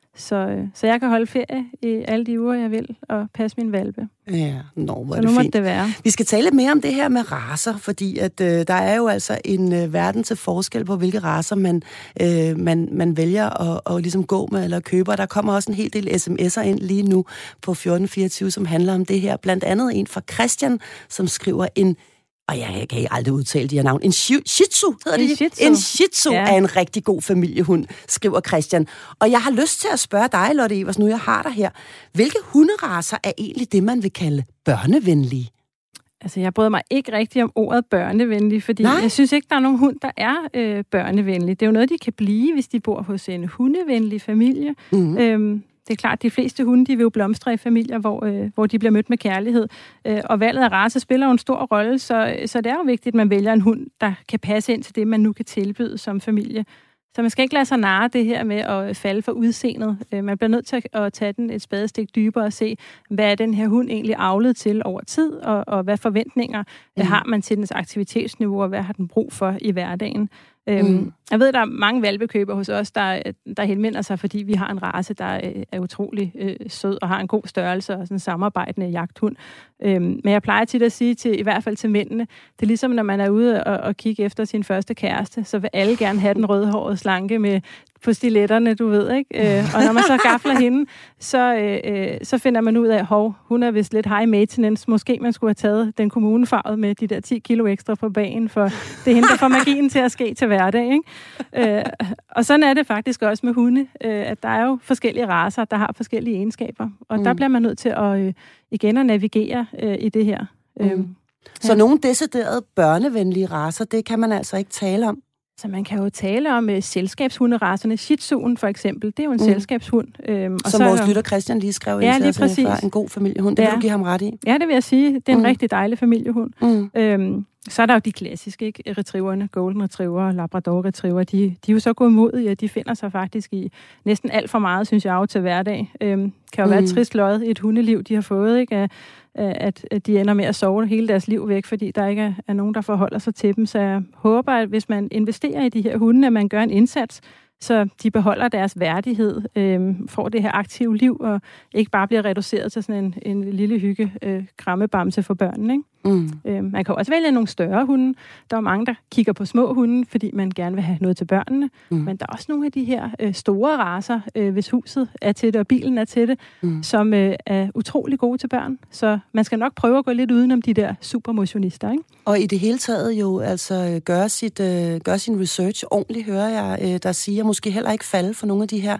Så, så jeg kan holde ferie i alle de uger, jeg vil, og passe min hvalpe. Ja, nå, hvor er så det nu fint. Det være. Vi skal tale lidt mere om det her med racer, fordi at, øh, der er jo altså en øh, verden til forskel på, hvilke racer man, øh, man, man vælger at, at ligesom gå med eller køber. Der kommer også en hel del sms'er ind lige nu på fjorten fireogtyve, som handler om det her. Blandt andet en fra Christian, som skriver en og jeg kan ikke aldrig udtale de her navn. En shih tzu, hedder en det? Shih tzu. En shih tzu ja. er en rigtig god familiehund, skriver Christian. Og jeg har lyst til at spørge dig, Lotte Evers, nu jeg har dig her. Hvilke hunderacer er egentlig det, man vil kalde børnevenlige? Altså, jeg bryder mig ikke rigtig om ordet børnevenlig, fordi Nej. jeg synes ikke, der er nogen hund, der er øh, børnevenlig. Det er jo noget, de kan blive, hvis de bor hos en hundevenlig familie. Mm-hmm. Øhm, Det er klart, at de fleste hunde, de vil jo blomstre i familier, hvor, øh, hvor de bliver mødt med kærlighed. Øh, og valget af race spiller jo en stor rolle, så, så det er jo vigtigt, at man vælger en hund, der kan passe ind til det, man nu kan tilbyde som familie. Så man skal ikke lade sig narre det her med at falde for udseendet. Øh, man bliver nødt til at tage den et spadestik dybere og se, hvad er den her hund egentlig avlet til over tid, og, og hvad forventninger mm. har man til dens aktivitetsniveau, og hvad har den brug for i hverdagen. Mm. Øhm, jeg ved, at der er mange hvalpekøbere hos os, der, der henvender sig, fordi vi har en race, der er, er utrolig øh, sød og har en god størrelse og sådan en samarbejdende jagthund. Øhm, men jeg plejer tit at sige, til, i hvert fald til mændene, det er ligesom, når man er ude og, og kigge efter sin første kæreste, så vil alle gerne have den rødhårede slanke med på stiletterne, du ved, ikke? Øh, og når man så gafler hende, så, øh, så finder man ud af, hov, hun er vist lidt high maintenance. Måske man skulle have taget den kommunefarvet med de der ti kilo ekstra på bagen, for det er hende, der får magien til at ske til hverdag, ikke? Øh, og sådan er det faktisk også med hunde, øh, at der er jo forskellige racer, der har forskellige egenskaber. Og mm. der bliver man nødt til at øh, igen at navigere øh, i det her. Mm. Øh, så ja. Nogle deciderede børnevenlige racer, det kan man altså ikke tale om? Så man kan jo tale om uh, selskabshunderacerne. Shih Tzu'en for eksempel, det er jo en mm. selskabshund. Øhm, og Som så vores jo... lytter Christian lige skrev ja, ind til os før. En god familiehund. Det ja. Vil du give ham ret i? Ja, det vil jeg sige. Det er en mm. rigtig dejlig familiehund. Mm. Øhm, så er der jo de klassiske, ikke? Retrieverne, Golden Retriever, Labrador Retriever. De, de er jo så godmodige, at de finder sig faktisk i næsten alt for meget, synes jeg, til hverdag. Øhm, kan jo mm. være et trist lod i et hundeliv, de har fået, ikke? At, at de ender med at sove hele deres liv væk, fordi der ikke er, er nogen, der forholder sig til dem. Så jeg håber, at hvis man investerer i de her hunde, at man gør en indsats, så de beholder deres værdighed, øh, får det her aktive liv, og ikke bare bliver reduceret til sådan en, en lille hygge øh, krammebamse for børnene, ikke? Mm. Øh, man kan også vælge nogle større hunde. Der er mange, der kigger på små hunde, fordi man gerne vil have noget til børnene. Mm. Men der er også nogle af de her øh, store racer, øh, hvis huset er til det, og bilen er til det, mm. som øh, er utrolig gode til børn. Så man skal nok prøve at gå lidt udenom de der supermotionister, ikke? Og i det hele taget jo altså gøre, sit, øh, gøre sin research ordentligt, hører jeg, øh, der siger, måske heller ikke falde for nogle af de her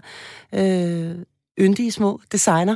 øh, yndige små designer.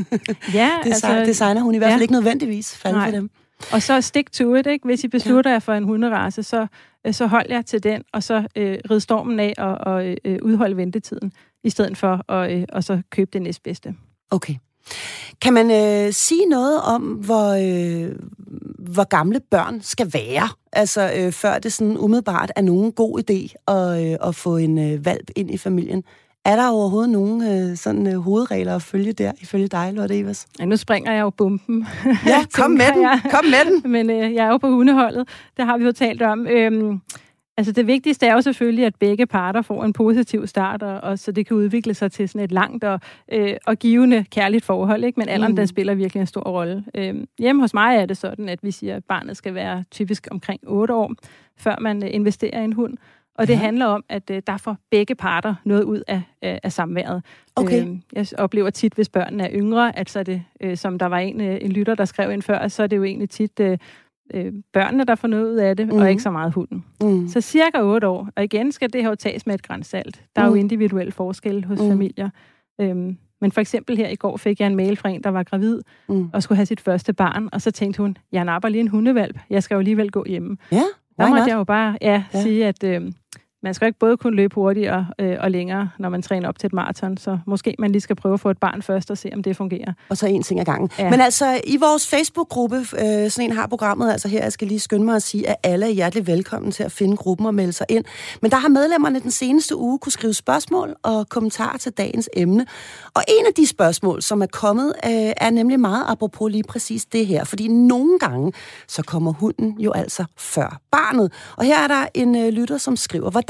Ja, Desi- altså... Designer hun i hvert fald ja. ikke nødvendigvis falde Nej. for dem. Og så stick to it, ikke? Hvis I beslutter jer for en hunderace, så, så hold jer til den, og så øh, rid stormen af og, og øh, udholde ventetiden, i stedet for at øh, og så købe det næstbedste. Okay. Kan man øh, sige noget om, hvor, øh, hvor gamle børn skal være? Altså, øh, før det sådan umiddelbart er nogen god idé at, øh, at få en øh, valp ind i familien? Er der overhovedet nogen øh, sådan øh, hovedregler at følge der, ifølge dig, Lotte Evers? Ja, nu springer jeg jo bomben. Ja, kom med den, jeg. kom med den. Men øh, jeg er jo på hundeholdet, det har vi jo talt om. Øhm, altså det vigtigste er jo selvfølgelig, at begge parter får en positiv start, og, og så det kan udvikle sig til sådan et langt og, øh, og givende kærligt forhold, ikke? Men alderen, mm. den spiller virkelig en stor rolle. Øhm, hjemme hos mig er det sådan, at vi siger, at barnet skal være typisk omkring otte år, før man øh, investerer i en hund. Og det ja. handler om, at øh, der får begge parter noget ud af, øh, af samværet. Okay. Øh, jeg oplever tit, hvis børnene er yngre, at så er det, øh, som der var en, øh, en lytter, der skrev ind før, så er det jo egentlig tit øh, øh, børnene, der får noget ud af det, mm. og ikke så meget hunden. Mm. Så cirka otte år. Og igen skal det her jo tages med et gran salt. Der er mm. jo individuelle forskelle hos mm. familier. Øhm, men for eksempel her i går fik jeg en mail fra en, der var gravid mm. og skulle have sit første barn, og så tænkte hun, jeg napper lige en hundevalp. Jeg skal jo alligevel gå hjemme. Ja. Der måtte jeg jo bare ja, ja. sige, at øh, man skal ikke både kunne løbe hurtigere øh, og længere, når man træner op til et maraton, så måske man lige skal prøve at få et barn først og se, om det fungerer. Og så en ting ad gangen. Ja. Men altså, i vores Facebook-gruppe, øh, sådan en har programmet, altså her, jeg skal lige skynde mig at sige, at alle er hjertelig velkommen til at finde gruppen og melde sig ind. Men der har medlemmerne den seneste uge kunne skrive spørgsmål og kommentarer til dagens emne. Og en af de spørgsmål, som er kommet, øh, er nemlig meget apropos lige præcis det her. Fordi nogle gange, så kommer hunden jo altså før barnet. Og her er der en øh, lytter, som skriver, hvordan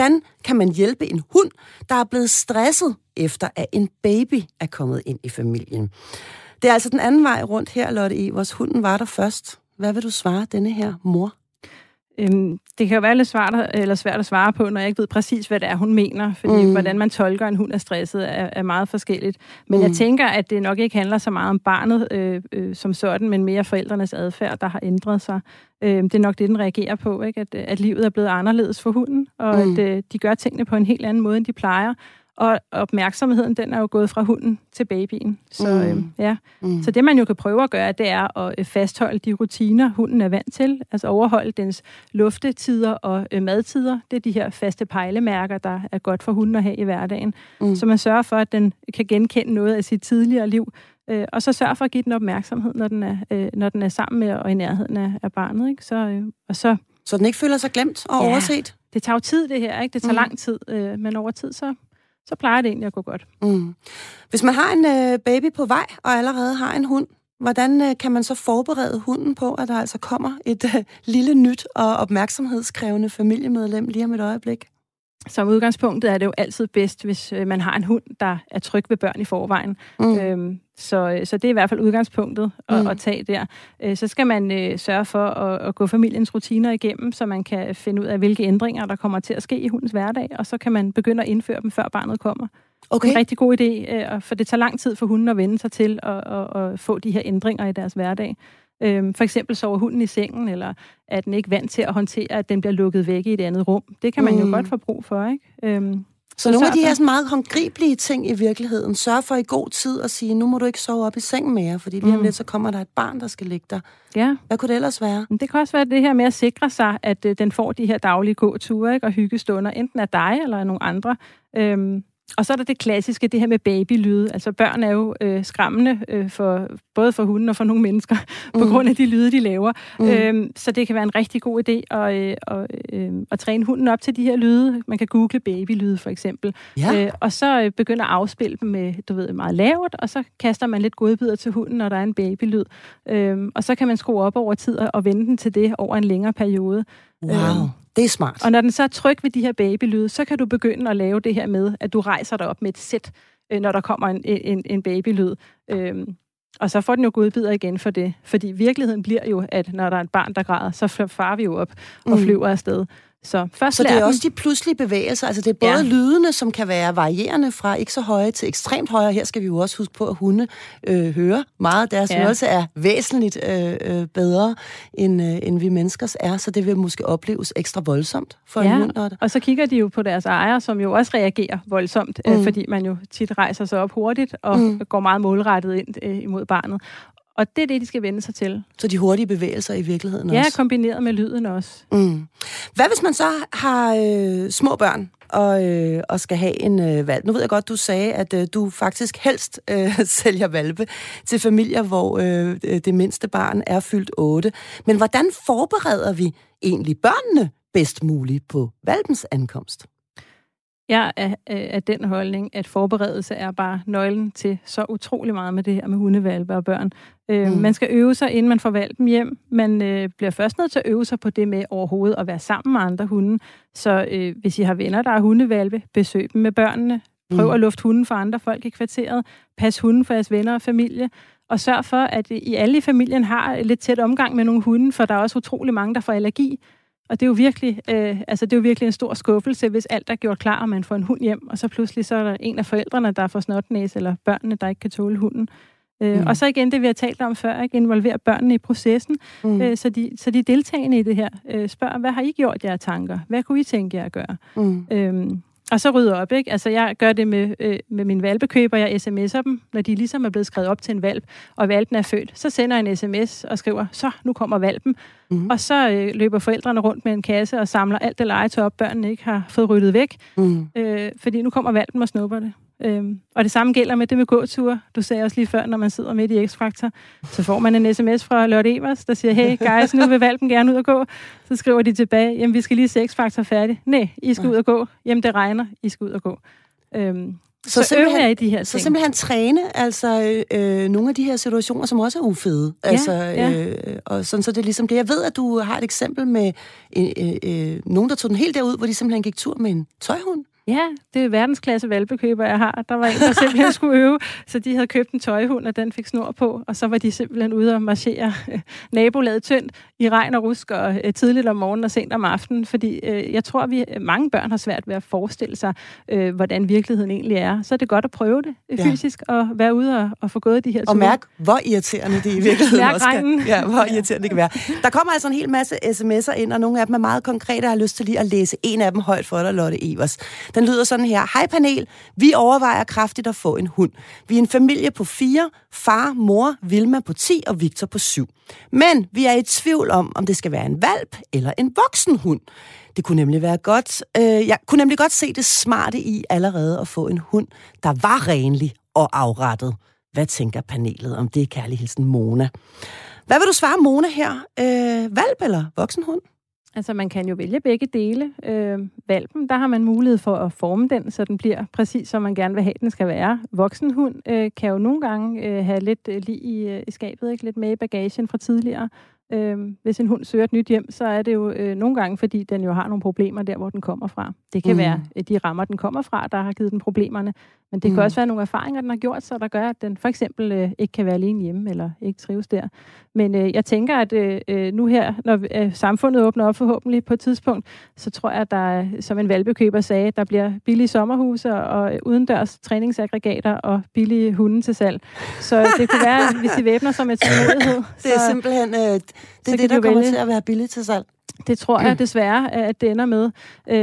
hvordan kan man hjælpe en hund, der er blevet stresset efter, at en baby er kommet ind i familien? Det er altså den anden vej rundt her, Lotte Evers. Hunden var der først. Hvad vil du svare denne her mor? Øhm, det kan jo være lidt svært, eller svært at svare på, når jeg ikke ved præcis, hvad det er, hun mener. Fordi mm. hvordan man tolker, en hund er stresset, er, er meget forskelligt. Men mm. jeg tænker, at det nok ikke handler så meget om barnet øh, øh, som sådan, men mere forældrenes adfærd, der har ændret sig. Øh, det er nok det, den reagerer på, ikke? At, at livet er blevet anderledes for hunden, og mm. at øh, de gør tingene på en helt anden måde, end de plejer. Og opmærksomheden, den er jo gået fra hunden til babyen. Så, mm. øh, ja. mm. så det, man jo kan prøve at gøre, det er at fastholde de rutiner, hunden er vant til. Altså overholde dens luftetider og øh, madtider. Det er de her faste pejlemærker, der er godt for hunden at have i hverdagen. Mm. Så man sørger for, at den kan genkende noget af sit tidligere liv. Øh, og så sørger for at give den opmærksomhed, når den er, øh, når den er sammen med og i nærheden af, af barnet. Ikke? Så, øh, og så, så den ikke føler sig glemt og ja, overset? Det tager jo tid, det her. Ikke? Det tager mm. lang tid, øh, men over tid så... så plejer det egentlig at gå godt. Mm. Hvis man har en øh, baby på vej, og allerede har en hund, hvordan øh, kan man så forberede hunden på, at der altså kommer et øh, lille nyt og opmærksomhedskrævende familiemedlem lige om et øjeblik? Som udgangspunktet er det jo altid bedst, hvis øh, man har en hund, der er tryg ved børn i forvejen. Mm. Øhm, så, så det er i hvert fald udgangspunktet at, mm. at tage der. Øh, så skal man øh, sørge for at, at gå familiens rutiner igennem, så man kan finde ud af, hvilke ændringer, der kommer til at ske i hundens hverdag, og så kan man begynde at indføre dem, før barnet kommer. Okay. Det er en rigtig god idé, øh, for det tager lang tid for hunden at vende sig til at, at, at få de her ændringer i deres hverdag. For eksempel sover hunden i sengen, eller er den ikke vant til at håndtere, at den bliver lukket væk i et andet rum. Det kan man jo mm. godt få brug for, ikke? Øhm, så, så nogle af de her sådan meget håndgribelige ting i virkeligheden, sørg for i god tid at sige, nu må du ikke sove op i sengen mere, fordi lige om mm. lidt, så kommer der et barn, der skal ligge der. Ja. Hvad kunne det ellers være? Det kan også være det her med at sikre sig, at øh, den får de her daglige gåture, ikke? Og hyggestunder, enten af dig eller af nogle andre. Øhm, Og så er der det klassiske, det her med babylyde. Altså børn er jo øh, skræmmende, øh, for, både for hunden og for nogle mennesker, mm. på grund af de lyde, de laver. Mm. Øhm, så det kan være en rigtig god idé at, øh, at, øh, at træne hunden op til de her lyde. Man kan google babylyde for eksempel. Ja. Øh, og så øh, begynde at afspille dem med, du ved, meget lavt, og så kaster man lidt godbidder til hunden, når der er en babylyd. Øhm, og så kan man skrue op over tid og vende den til det over en længere periode. Wow. Øhm, Det er smart. Og når den så er tryg ved de her babylyde, så kan du begynde at lave det her med, at du rejser dig op med et sæt, øh, når der kommer en, en, en babylyd. Øhm, og så får den jo godbidder igen for det. Fordi virkeligheden bliver jo, at når der er et barn, der græder, så farer vi jo op og mm. flyver afsted. Så, først så det er den. Også de pludselige bevægelser, altså det er både ja. lydene, som kan være varierende fra ikke så høje til ekstremt høje. Her skal vi jo også huske på, at hunde øh, hører meget. Deres ja. hørelse er væsentligt øh, øh, bedre, end, øh, end vi menneskers er, så det vil måske opleves ekstra voldsomt for ja. en hund. Og, og så kigger de jo på deres ejer, som jo også reagerer voldsomt, mm. øh, fordi man jo tit rejser sig op hurtigt og mm. går meget målrettet ind øh, imod barnet. Og det er det, de skal vende sig til. Så de hurtige bevægelser i virkeligheden ja, også? Ja, kombineret med lyden også. Mm. Hvad hvis man så har øh, små børn og, øh, og skal have en øh, valp? Nu ved jeg godt, du sagde, at øh, du faktisk helst øh, sælger valpe til familier, hvor øh, det mindste barn er fyldt otte. Men hvordan forbereder vi egentlig børnene bedst muligt på valpens ankomst? Jeg er af den holdning, at forberedelse er bare nøglen til så utrolig meget med det her med hundevalpe og børn. Øh, mm. Man skal øve sig, inden man får valpen hjem. Man øh, bliver først nødt til at øve sig på det med overhovedet at være sammen med andre hunde. Så øh, hvis I har venner, der er hundevalpe, besøg dem med børnene. Prøv mm. at lufte hunden for andre folk i kvarteret. Pas hunden for jeres venner og familie. Og sørg for, at I alle i familien har lidt tæt omgang med nogle hunde, for der er også utrolig mange, der får allergi. Og det er jo virkelig, øh, altså det er jo virkelig en stor skuffelse, hvis alt er gjort klar, og man får en hund hjem, og så pludselig så er der en af forældrene, der får snotnæse, eller børnene, der ikke kan tåle hunden. Øh, mm. Og så igen det, vi har talt om før, ikke? Involvere børnene i processen, mm. øh, så, de, så de er deltagende i det her. Øh, spørg, hvad har I gjort jer tanker? Hvad kunne I tænke jer at gøre? Mm. Øhm, og så rydder op, ikke? Altså jeg gør det med, øh, med mine valpekøber, jeg sms'er dem, når de ligesom er blevet skrevet op til en valp, og valpen er født. Så sender jeg en sms og skriver, så nu kommer valpen. Mm. Og så øh, løber forældrene rundt med en kasse og samler alt det legetøj op, børnene ikke har fået ryddet væk. Mm. Øh, fordi nu kommer valpen og snupper det. Øhm, og det samme gælder med det med gåture. Du sagde også lige før, når man sidder midt i X-Factor, så får man en sms fra Lotte Evers, der siger, hey guys, nu vil valpen gerne ud og gå. Så skriver de tilbage, jamen vi skal lige se X-Factor færdig. Nej, I skal ja. ud og gå. Jamen det regner, I skal ud og gå. Øhm, Så, så øver jeg i de her ting. Så simpelthen træne altså øh, nogle af de her situationer, som også er ufede. Ja, altså, ja. Øh, og sådan så det ligesom det. Jeg ved, at du har et eksempel med øh, øh, nogen, der tog den helt derud, hvor de simpelthen gik tur med en tøjhund. Ja, det er verdensklasse hvalpekøber, jeg har. Der var en, der simpelthen skulle øve, så de havde købt en tøjhund, og den fik snor på, og så var de simpelthen ude og marchere øh, nabolaget tyndt i regn og rusk, og øh, tidligt om morgenen og sent om aftenen, fordi øh, jeg tror, at vi, mange børn har svært ved at forestille sig, øh, hvordan virkeligheden egentlig er. Så er det godt at prøve det øh, ja. fysisk, og være ude og, og få gået de her ture. Og mærke, hvor irriterende det i virkeligheden mærk også kan. Ja, hvor ja. irriterende det kan være. Der kommer altså en hel masse sms'er ind, og nogle af dem er meget konkrete, og jeg har lyst til lige at læse en af dem højt for dig, Lotte Evers. Den lyder sådan her. Hej panel, vi overvejer kraftigt at få en hund. Vi er en familie på fire, far, mor, Vilma på ti og Victor på syv. Men vi er i tvivl om, om det skal være en hvalp eller en voksen hund. Det kunne nemlig være godt. Øh, jeg kunne nemlig godt se det smarte i allerede at få en hund, der var renlig og afrettet. Hvad tænker panelet om det? Kærlig hilsen Mona. Hvad vil du svare Mona her? Øh, hvalp eller voksen hund? Altså, man kan jo vælge begge dele. Øh, valpen, der har man mulighed for at forme den, så den bliver præcis, som man gerne vil have, den skal være. Voksenhund øh, kan jo nogle gange øh, have lidt øh, lige i, øh, i skabet, ikke? Lidt med i bagagen fra tidligere. Øh, hvis en hund søger et nyt hjem, så er det jo øh, nogle gange, fordi den jo har nogle problemer der, hvor den kommer fra. Det kan mm. være de rammer, den kommer fra, der har givet den problemerne. Men det mm. kan også være nogle erfaringer, den har gjort, så der gør, at den for eksempel øh, ikke kan være alene hjemme, eller ikke trives der. Men øh, jeg tænker, at øh, nu her, når øh, samfundet åbner op forhåbentlig på et tidspunkt, så tror jeg, at der, som en hvalpekøber sagde, der bliver billige sommerhuse og udendørs træningsaggregater og billige hunde til salg. Så det kunne være, hvis I væbner sig med tålmodighed. Det er så, simpelthen øh, det, er det der kommer vælge. Til at være billigt til salg. Det tror jeg desværre, at det ender med.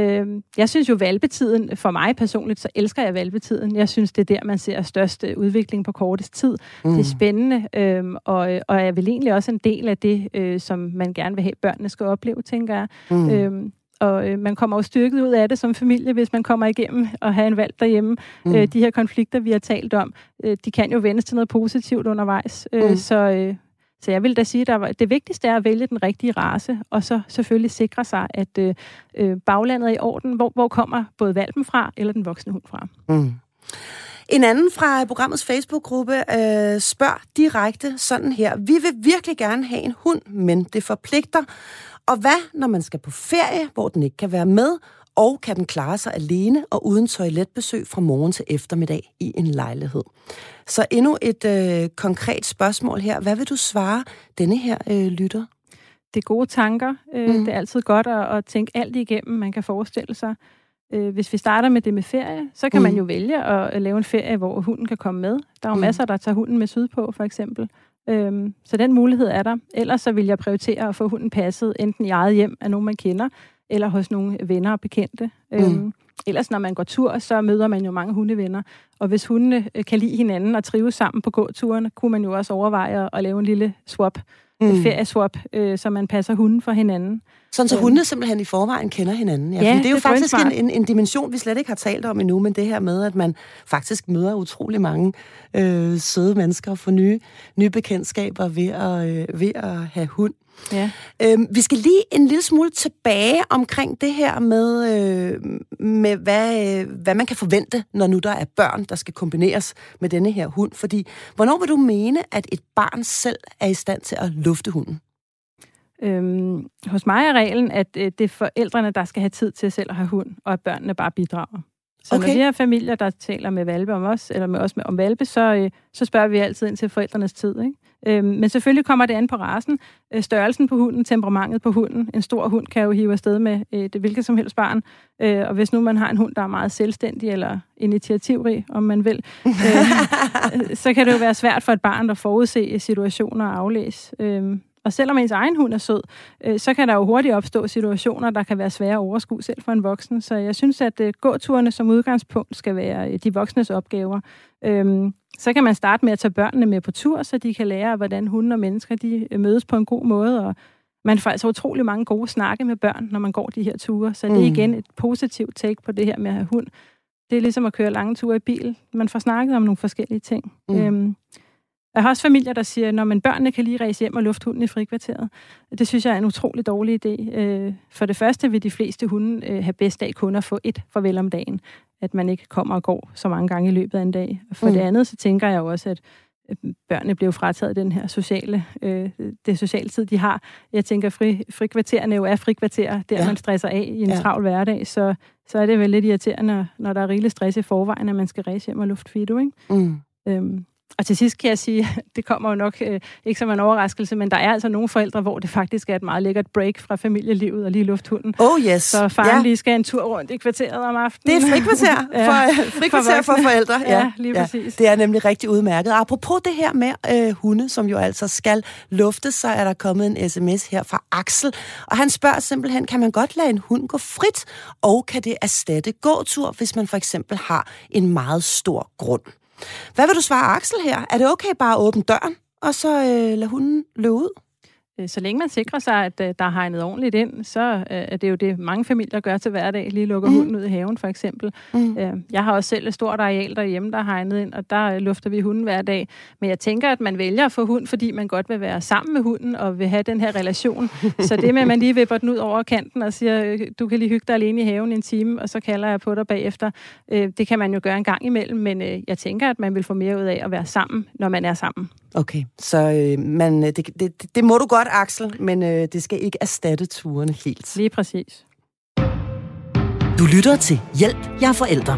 Jeg synes jo, valpetiden, for mig personligt, så elsker jeg valpetiden. Jeg synes, det er der, man ser størst udvikling på kortest tid. Mm. Det er spændende, og, og er vel egentlig også en del af det, som man gerne vil have, børnene skal opleve, tænker jeg. Mm. Og man kommer jo styrket ud af det som familie, hvis man kommer igennem og har en valp derhjemme. Mm. De her konflikter, vi har talt om, de kan jo vendes til noget positivt undervejs. Mm. Så... Så jeg vil da sige, at det vigtigste er at vælge den rigtige race, og så selvfølgelig sikre sig, at øh, baglandet er i orden. Hvor, hvor kommer både valpen fra, eller den voksne hund fra? Mm. En anden fra programmets Facebook-gruppe øh, spørger direkte sådan her. Vi vil virkelig gerne have en hund, men det forpligter. Og hvad, når man skal på ferie, hvor den ikke kan være med, og kan den klare sig alene og uden toiletbesøg fra morgen til eftermiddag i en lejlighed? Så endnu et øh, konkret spørgsmål her. Hvad vil du svare denne her øh, lytter? Det er gode tanker. Øh, mm. Det er altid godt at, at tænke alt igennem, man kan forestille sig. Øh, hvis vi starter med det med ferie, så kan mm. man jo vælge at lave en ferie, hvor hunden kan komme med. Der er jo mm. masser, der tager hunden med sydpå, for eksempel. Øhm, så den mulighed er der. Ellers så vil jeg prioritere at få hunden passet, enten i eget hjem af nogen, man kender, eller hos nogle venner og bekendte. Mm. Øhm, ellers, når man går tur, så møder man jo mange hundevenner. Og hvis hundene kan lide hinanden og trives sammen på gåturene, kunne man jo også overveje at lave en lille swap, mm. ferieswap, øh, så man passer hunden for hinanden. Sådan så hundene simpelthen i forvejen kender hinanden. Ja, ja det er jo det faktisk en, en, en dimension, vi slet ikke har talt om endnu, men det her med, at man faktisk møder utrolig mange øh, søde mennesker og får nye, nye bekendtskaber ved at, øh, ved at have hund. Ja. Øhm, vi skal lige en lille smule tilbage omkring det her med, øh, med hvad, øh, hvad man kan forvente, når nu der er børn, der skal kombineres med denne her hund. Fordi, hvornår vil du mene, at et barn selv er i stand til at lufte hunden? Øhm, hos mig er reglen, at øh, det er forældrene, der skal have tid til selv at have hund, og at børnene bare bidrager. Så okay. Når vi har familier, der taler med valpe om os, eller med os med, om valpe, så, øh, så spørger vi altid ind til forældrenes tid, ikke? Øhm, men selvfølgelig kommer det an på racen, øh, størrelsen på hunden, temperamentet på hunden. En stor hund kan jo hive afsted med øh, det hvilket som helst barn. Øh, og hvis nu man har en hund, der er meget selvstændig eller initiativrig, om man vil, øh, så kan det jo være svært for et barn at forudse situationer og aflæse. Øh, Og selvom ens egen hund er sød, øh, så kan der jo hurtigt opstå situationer, der kan være svære at overskue selv for en voksen. Så jeg synes, at øh, gåturene som udgangspunkt skal være øh, de voksnes opgaver. Øhm, så kan man starte med at tage børnene med på tur, så de kan lære, hvordan hunde og mennesker de øh, mødes på en god måde. Og man får altså utrolig mange gode snakke med børn, når man går de her ture. Så det er igen et positivt take på det her med at have hund. Det er ligesom at køre lange ture i bil. Man får snakket om nogle forskellige ting. Mm. Øhm, Jeg har også familier, der siger, når man børnene kan lige ræse hjem og lufte hunden i frikvarteret. Det synes jeg er en utrolig dårlig idé. For det første vil de fleste hunde have bedst af kun at få et farvel om dagen. At man ikke kommer og går så mange gange i løbet af en dag. For mm. det andet, så tænker jeg jo også, at børnene blev frataget den her sociale, øh, det sociale tid, de har. Jeg tænker, fri, frikvartererne jo er frikvarterer, der ja. man stresser af i en ja. travl hverdag, så, så er det vel lidt irriterende, når der er rigelig stress i forvejen, at man skal ræse hjem og lufte fido, ikke? Mm. Øhm, og til sidst kan jeg sige, det kommer jo nok øh, ikke som en overraskelse, men der er altså nogle forældre, hvor det faktisk er et meget lækkert break fra familielivet og lige lufthunden. Oh yes. Så faren ja. lige skal en tur rundt i kvarteret om aftenen. Det er frikvarter for, ja, frikvarter for, for forældre. Ja, ja lige ja. præcis. Det er nemlig rigtig udmærket. Apropos det her med øh, hunde, som jo altså skal luftes, så er der kommet en sms her fra Axel, og han spørger simpelthen, kan man godt lade en hund gå frit, og kan det erstatte gåtur, hvis man for eksempel har en meget stor grund? Hvad vil du svare Axel her? Er det okay bare at åbne døren, og så øh, lade hunden løbe ud? Så længe man sikrer sig, at der er hegnet ordentligt ind, så er det jo det, mange familier gør til hverdag. Lige lukker mm. hunden ud i haven, for eksempel. Mm. Jeg har også selv et stort areal derhjemme, der er hegnet ind, og der lufter vi hunden hver dag. Men jeg tænker, at man vælger at få hund, fordi man godt vil være sammen med hunden og vil have den her relation. Så det med, at man lige vipper den ud over kanten og siger, du kan lige hygge dig alene i haven en time, og så kalder jeg på dig bagefter. Det kan man jo gøre en gang imellem, men jeg tænker, at man vil få mere ud af at være sammen, når man er sammen. Okay, så øh, man, det, det, det må du godt, Axel, men øh, det skal ikke erstatte turene helt. Lige præcis. Du lytter til Hjælp, jeg er forældre.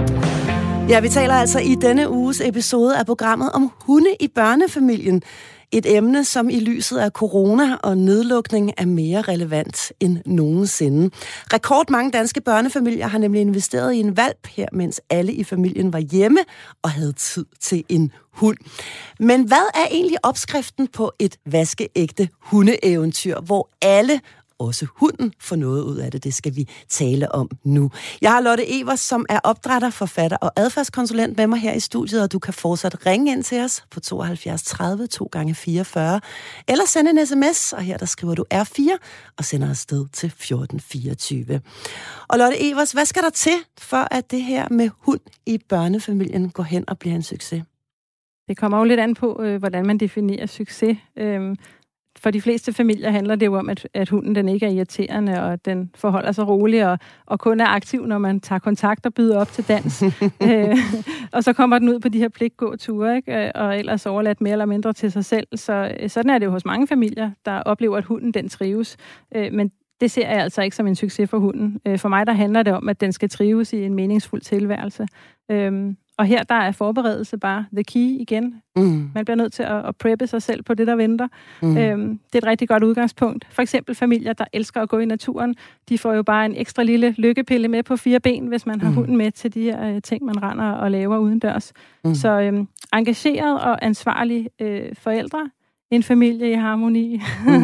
Ja, vi taler altså i denne uges episode af programmet om hunde i børnefamilien. Et emne, som i lyset af corona og nedlukning er mere relevant end nogensinde. Rekordmange danske børnefamilier har nemlig investeret i en hvalp her, mens alle i familien var hjemme og havde tid til en hund. Men hvad er egentlig opskriften på et vaskeægte hundeeventyr, hvor alle, også hunden, får noget ud af det? Det skal vi tale om nu. Jeg har Lotte Evers, som er opdrætter, forfatter og adfærdskonsulent med mig her i studiet, og du kan fortsat ringe ind til os på tooghalvfjerds tredive to gange fireogfyrre, eller sende en sms, og her der skriver du R fire og sender afsted til fjorten fireogtyve. Og Lotte Evers, hvad skal der til, for at det her med hund i børnefamilien går hen og bliver en succes? Det kommer jo lidt an på, øh, hvordan man definerer succes. Øhm, For de fleste familier handler det jo om, at, at hunden den ikke er irriterende, og den forholder sig rolig, og, og kun er aktiv, når man tager kontakt og byder op til dans. øh, og så kommer den ud på de her pligtgåture, ikke? Og ellers overladt mere eller mindre til sig selv. Så sådan er det jo hos mange familier, der oplever, at hunden den trives. Øh, men det ser jeg altså ikke som en succes for hunden. Øh, for mig der handler det om, at den skal trives i en meningsfuld tilværelse. Øh, Og her der er forberedelse bare the key igen. Mm. Man bliver nødt til at, at preppe sig selv på det, der venter. Mm. Øhm, det er et rigtig godt udgangspunkt. For eksempel familier, der elsker at gå i naturen, de får jo bare en ekstra lille lykkepille med på fire ben, hvis man har mm. hunden med til de her øh, ting, man render og laver udendørs. Mm. Så øhm, engageret og ansvarlig øh, forældre, en familie i harmoni, mm.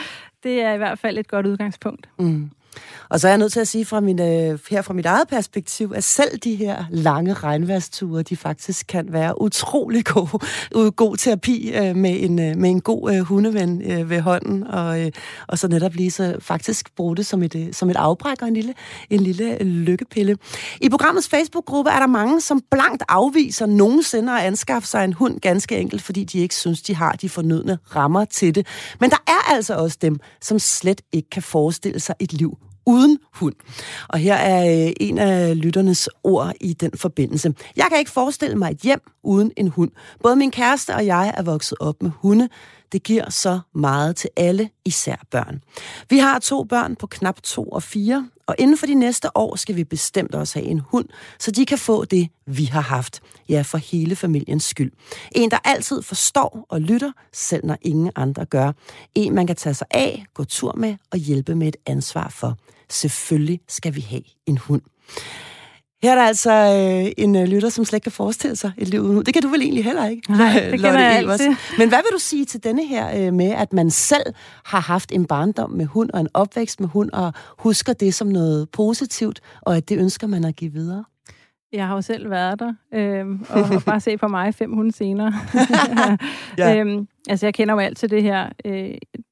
det er i hvert fald et godt udgangspunkt. Mm. Og så er jeg nødt til at sige fra min, øh, her fra mit eget perspektiv, at selv de her lange regnværsture, de faktisk kan være utrolig god, god terapi øh, med, en, øh, med en god øh, hundeven øh, ved hånden, og, øh, og så netop lige så faktisk bruge det som et, øh, som et afbræk og en lille, en lille øh, lykkepille. I programmets Facebook-gruppe er der mange, som blankt afviser nogensinde at anskaffe sig en hund, ganske enkelt, fordi de ikke synes, de har de fornødne rammer til det. Men der er altså også dem, som slet ikke kan forestille sig et liv uden hund. Og her er øh, en af lytternes ord i den forbindelse. Jeg kan ikke forestille mig et hjem uden en hund. Både min kæreste og jeg er vokset op med hunde. Det giver så meget til alle, især børn. Vi har to børn på knap to og fire, og inden for de næste år skal vi bestemt også have en hund, så de kan få det, vi har haft. Ja, for hele familiens skyld. En, der altid forstår og lytter, selv når ingen andre gør. En, man kan tage sig af, gå tur med og hjælpe med et ansvar for. Selvfølgelig skal vi have en hund. Her er der altså øh, en øh, lytter, som slet ikke kan forestille sig et liv uden hund. Det kan du vel egentlig heller ikke? Nej, det kan jeg altid. Men hvad vil du sige til denne her øh, med, at man selv har haft en barndom med hund og en opvækst med hund, og husker det som noget positivt, og at det ønsker man at give videre? Jeg har jo selv været der, øh, og, og bare se på mig fem hunde senere. ja. øhm, altså, jeg kender jo alt til det her. Øh,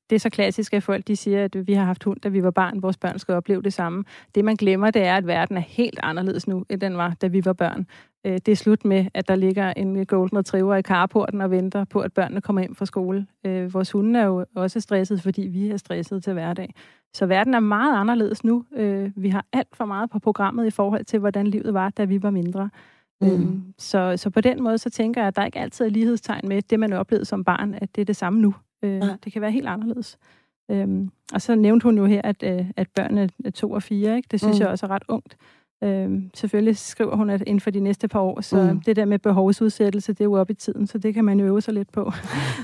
det er så klassisk, at folk de siger, at vi har haft hund, da vi var barn. Vores børn skal opleve det samme. Det, man glemmer, det er, at verden er helt anderledes nu, end den var, da vi var børn. Det er slut med, at der ligger en golden retriever i carporten og venter på, at børnene kommer hjem fra skole. Vores hunde er jo også stresset, fordi vi er stresset til hverdag. Så verden er meget anderledes nu. Vi har alt for meget på programmet i forhold til, hvordan livet var, da vi var mindre. Mm. Så, så på den måde, så tænker jeg, at der ikke altid er lighedstegn med det, man oplevede som barn, at det er det samme nu. Ja. Det kan være helt anderledes. Øhm, og så nævnte hun jo her, at, at børnene er to og fire, ikke? Det synes mm. jeg også er ret ungt. Øhm, selvfølgelig skriver hun, at inden for de næste par år, så mm. det der med behovsudsættelse, det er jo op i tiden, så det kan man jo øve sig lidt på.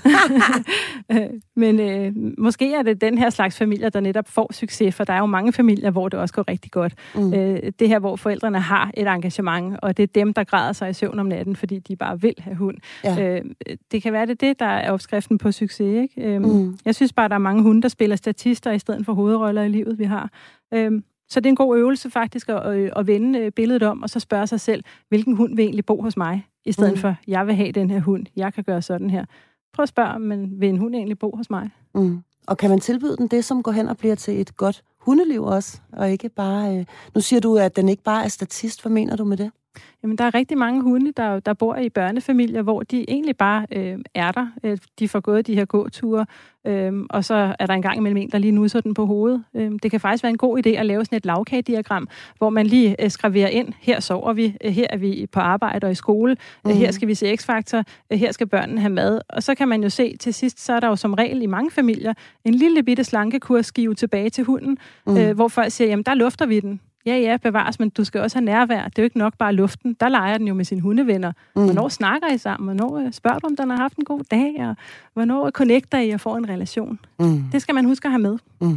Men øh, måske er det den her slags familier, der netop får succes, for der er jo mange familier, hvor det også går rigtig godt. Mm. Øh, det her, hvor forældrene har et engagement, og det er dem, der græder sig i søvn om natten, fordi de bare vil have hund. Ja. Øh, det kan være, det det, der er opskriften på succes, ikke? Øh, mm. Jeg synes bare, der er mange hunde, der spiller statister i stedet for hovedroller i livet, vi har. Øh, Så det er en god øvelse faktisk at, at vende billedet om, og så spørge sig selv, hvilken hund vil egentlig bo hos mig, i stedet mm. for, jeg vil have den her hund, jeg kan gøre sådan her. Prøv at spørge, men vil en hund egentlig bo hos mig? Mm. Og kan man tilbyde den det, som går hen og bliver til et godt hundeliv også, og ikke bare... Øh... Nu siger du, at den ikke bare er statist. Hvad mener du med det? Jamen, der er rigtig mange hunde, der, der bor i børnefamilier, hvor de egentlig bare øh, er der. De får gået de her gåture, øh, og så er der en gang imellem en, der lige nusser den på hovedet. Øh, det kan faktisk være en god idé at lave sådan et lavkagediagram, hvor man lige øh, skriver ind, her sover vi, øh, her er vi på arbejde og i skole, øh, mm. her skal vi se X-Factor, øh, her skal børnene have mad. Og så kan man jo se, til sidst, så er der jo som regel i mange familier en lille bitte slankekursskive tilbage til hunden, mm. øh, hvor folk siger, jamen der lufter vi den. Ja, ja, bevares, men du skal også have nærvær. Det er jo ikke nok bare luften. Der leger den jo med sine hundevenner. Mm. Hvornår snakker I sammen? Hvornår spørger du, om den har haft en god dag? Og hvornår connecter I og får en relation? Mm. Det skal man huske at have med. Mm.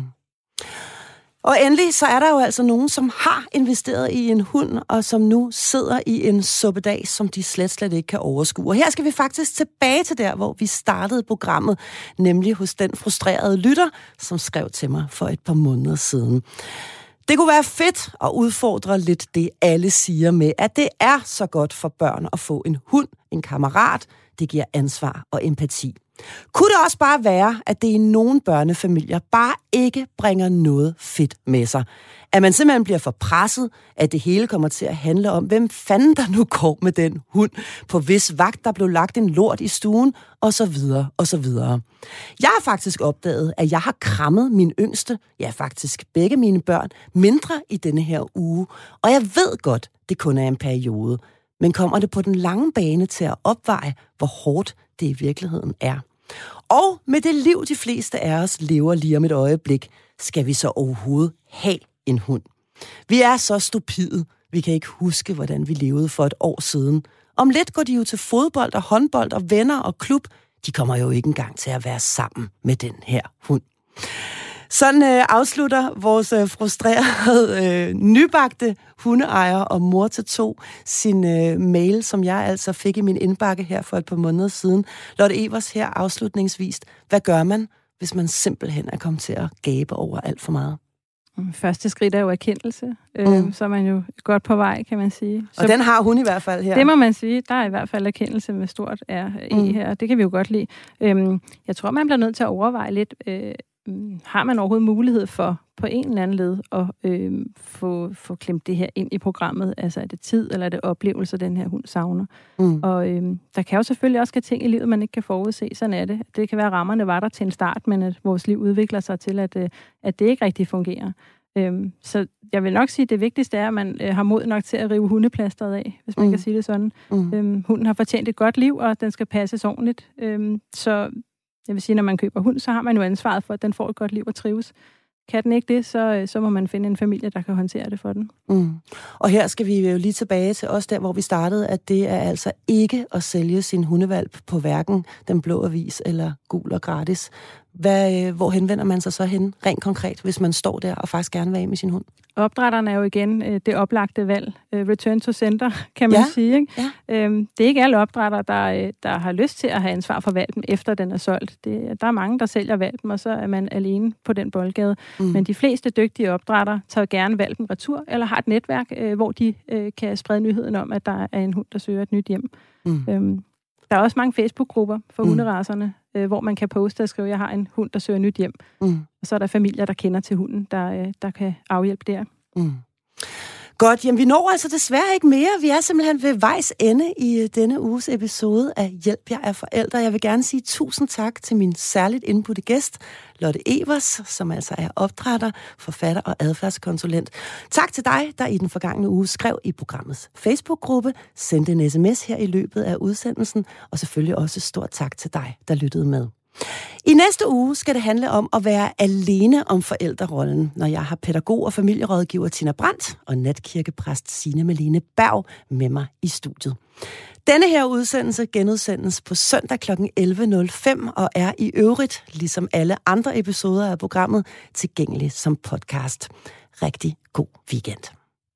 Og endelig, så er der jo altså nogen, som har investeret i en hund, og som nu sidder i en suppedag, som de slet, slet ikke kan overskue. Og her skal vi faktisk tilbage til der, hvor vi startede programmet, nemlig hos den frustrerede lytter, som skrev til mig for et par måneder siden. Det kunne være fedt at udfordre lidt det, alle siger med, at det er så godt for børn at få en hund, en kammerat. Det giver ansvar og empati. Kunne det også bare være, at det i nogle børnefamilier bare ikke bringer noget fedt med sig? At man simpelthen bliver for presset, at det hele kommer til at handle om, hvem fanden der nu går med den hund, på hvis vagt der blev lagt en lort i stuen, og så videre, og så videre. Jeg har faktisk opdaget, at jeg har krammet min yngste, ja faktisk begge mine børn, mindre i denne her uge, og jeg ved godt, det kun er en periode. Men kommer det på den lange bane til at opveje, hvor hårdt det i virkeligheden er? Og med det liv, de fleste af os lever lige om et øjeblik, skal vi så overhovedet have en hund? Vi er så stupide, vi kan ikke huske, hvordan vi levede for et år siden. Om lidt går de jo til fodbold og håndbold og venner og klub. De kommer jo ikke engang til at være sammen med den her hund. Sådan øh, afslutter vores øh, frustrerede, øh, nybagte hundeejer og mor til to sin øh, mail, som jeg altså fik i min indbakke her for et par måneder siden. Lotte Evers her afslutningsvis. Hvad gør man, hvis man simpelthen er kommet til at gabe over alt for meget? Første skridt er jo erkendelse. Mm. Øh, så er man jo godt på vej, kan man sige. Så og den har hun i hvert fald her. Det må man sige. Der er i hvert fald erkendelse med stort R E mm. her. Det kan vi jo godt lide. Øhm, jeg tror, man bliver nødt til at overveje lidt... Øh, har man overhovedet mulighed for på en eller anden led at øh, få, få klemt det her ind i programmet? Altså er det tid, eller er det oplevelser, den her hund savner? Mm. Og øh, der kan jo selvfølgelig også være ting i livet, man ikke kan forudse. Sådan er det. Det kan være, at rammerne var der til en start, men at vores liv udvikler sig til, at, øh, at det ikke rigtig fungerer. Øh, så jeg vil nok sige, at det vigtigste er, at man øh, har mod nok til at rive hundeplasteret af, hvis man mm. kan sige det sådan. Mm. Øh, hunden har fortjent et godt liv, og den skal passes ordentligt. Øh, så Jeg vil sige, når man køber hund, så har man jo ansvaret for, at den får et godt liv og trives. Kan den ikke det, så, så må man finde en familie, der kan håndtere det for den. Mm. Og her skal vi jo lige tilbage til os der, hvor vi startede, at det er altså ikke at sælge sin hundevalp på hverken Den Blå Avis eller Gul og Gratis. Hvad, hvor henvender man sig så hen, rent konkret, hvis man står der og faktisk gerne vil af med sin hund? Opdrætterne er jo igen øh, det oplagte valg. Øh, return to center, kan man ja. sige. Ikke? Ja. Øhm, det er ikke alle opdrættere, der, der har lyst til at have ansvar for valpen, efter den er solgt. Det, der er mange, der sælger valpen, og så er man alene på den boldgade. Mm. Men de fleste dygtige opdrættere tager gerne valpen retur, eller har et netværk, øh, hvor de øh, kan sprede nyheden om, at der er en hund, der søger et nyt hjem. Mm. Øhm, Der er også mange Facebook-grupper for mm. hunderacerne, øh, hvor man kan poste og skrive, jeg har en hund, der søger nyt hjem. Mm. Og så er der familier, der kender til hunden, der, øh, der kan afhjælpe der. Mm. Godt, jamen vi når altså desværre ikke mere. Vi er simpelthen ved vejs ende i denne uges episode af Hjælp, jeg er forælder. Jeg vil gerne sige tusind tak til min særligt indbudte gæst, Lotte Evers, som altså er opdrætter, forfatter og adfærdskonsulent. Tak til dig, der i den forgangne uge skrev i programmets Facebook-gruppe, sendte en sms her i løbet af udsendelsen, og selvfølgelig også stort tak til dig, der lyttede med. I næste uge skal det handle om at være alene om forældrerollen, når jeg har pædagog og familierådgiver Tina Brandt og natkirkepræst Signe Malene Berg med mig i studiet. Denne her udsendelse genudsendes på søndag klokken elleve nul fem og er i øvrigt, ligesom alle andre episoder af programmet, tilgængelig som podcast. Rigtig god weekend.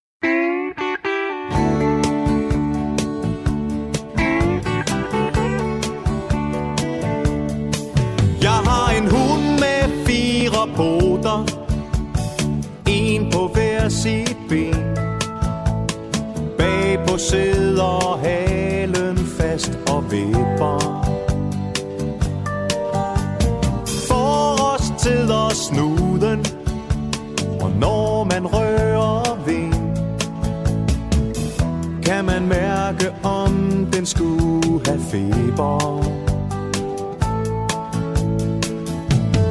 En hund med fire poter, en på hver sit ben. Bagpå sidder halen fast og vipper. Forrest sidder snuden, og når man rører ved, kan man mærke, om den skulle have feber.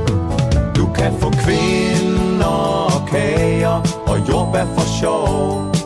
Du kan få kvinder og kager og jordbær for sjov.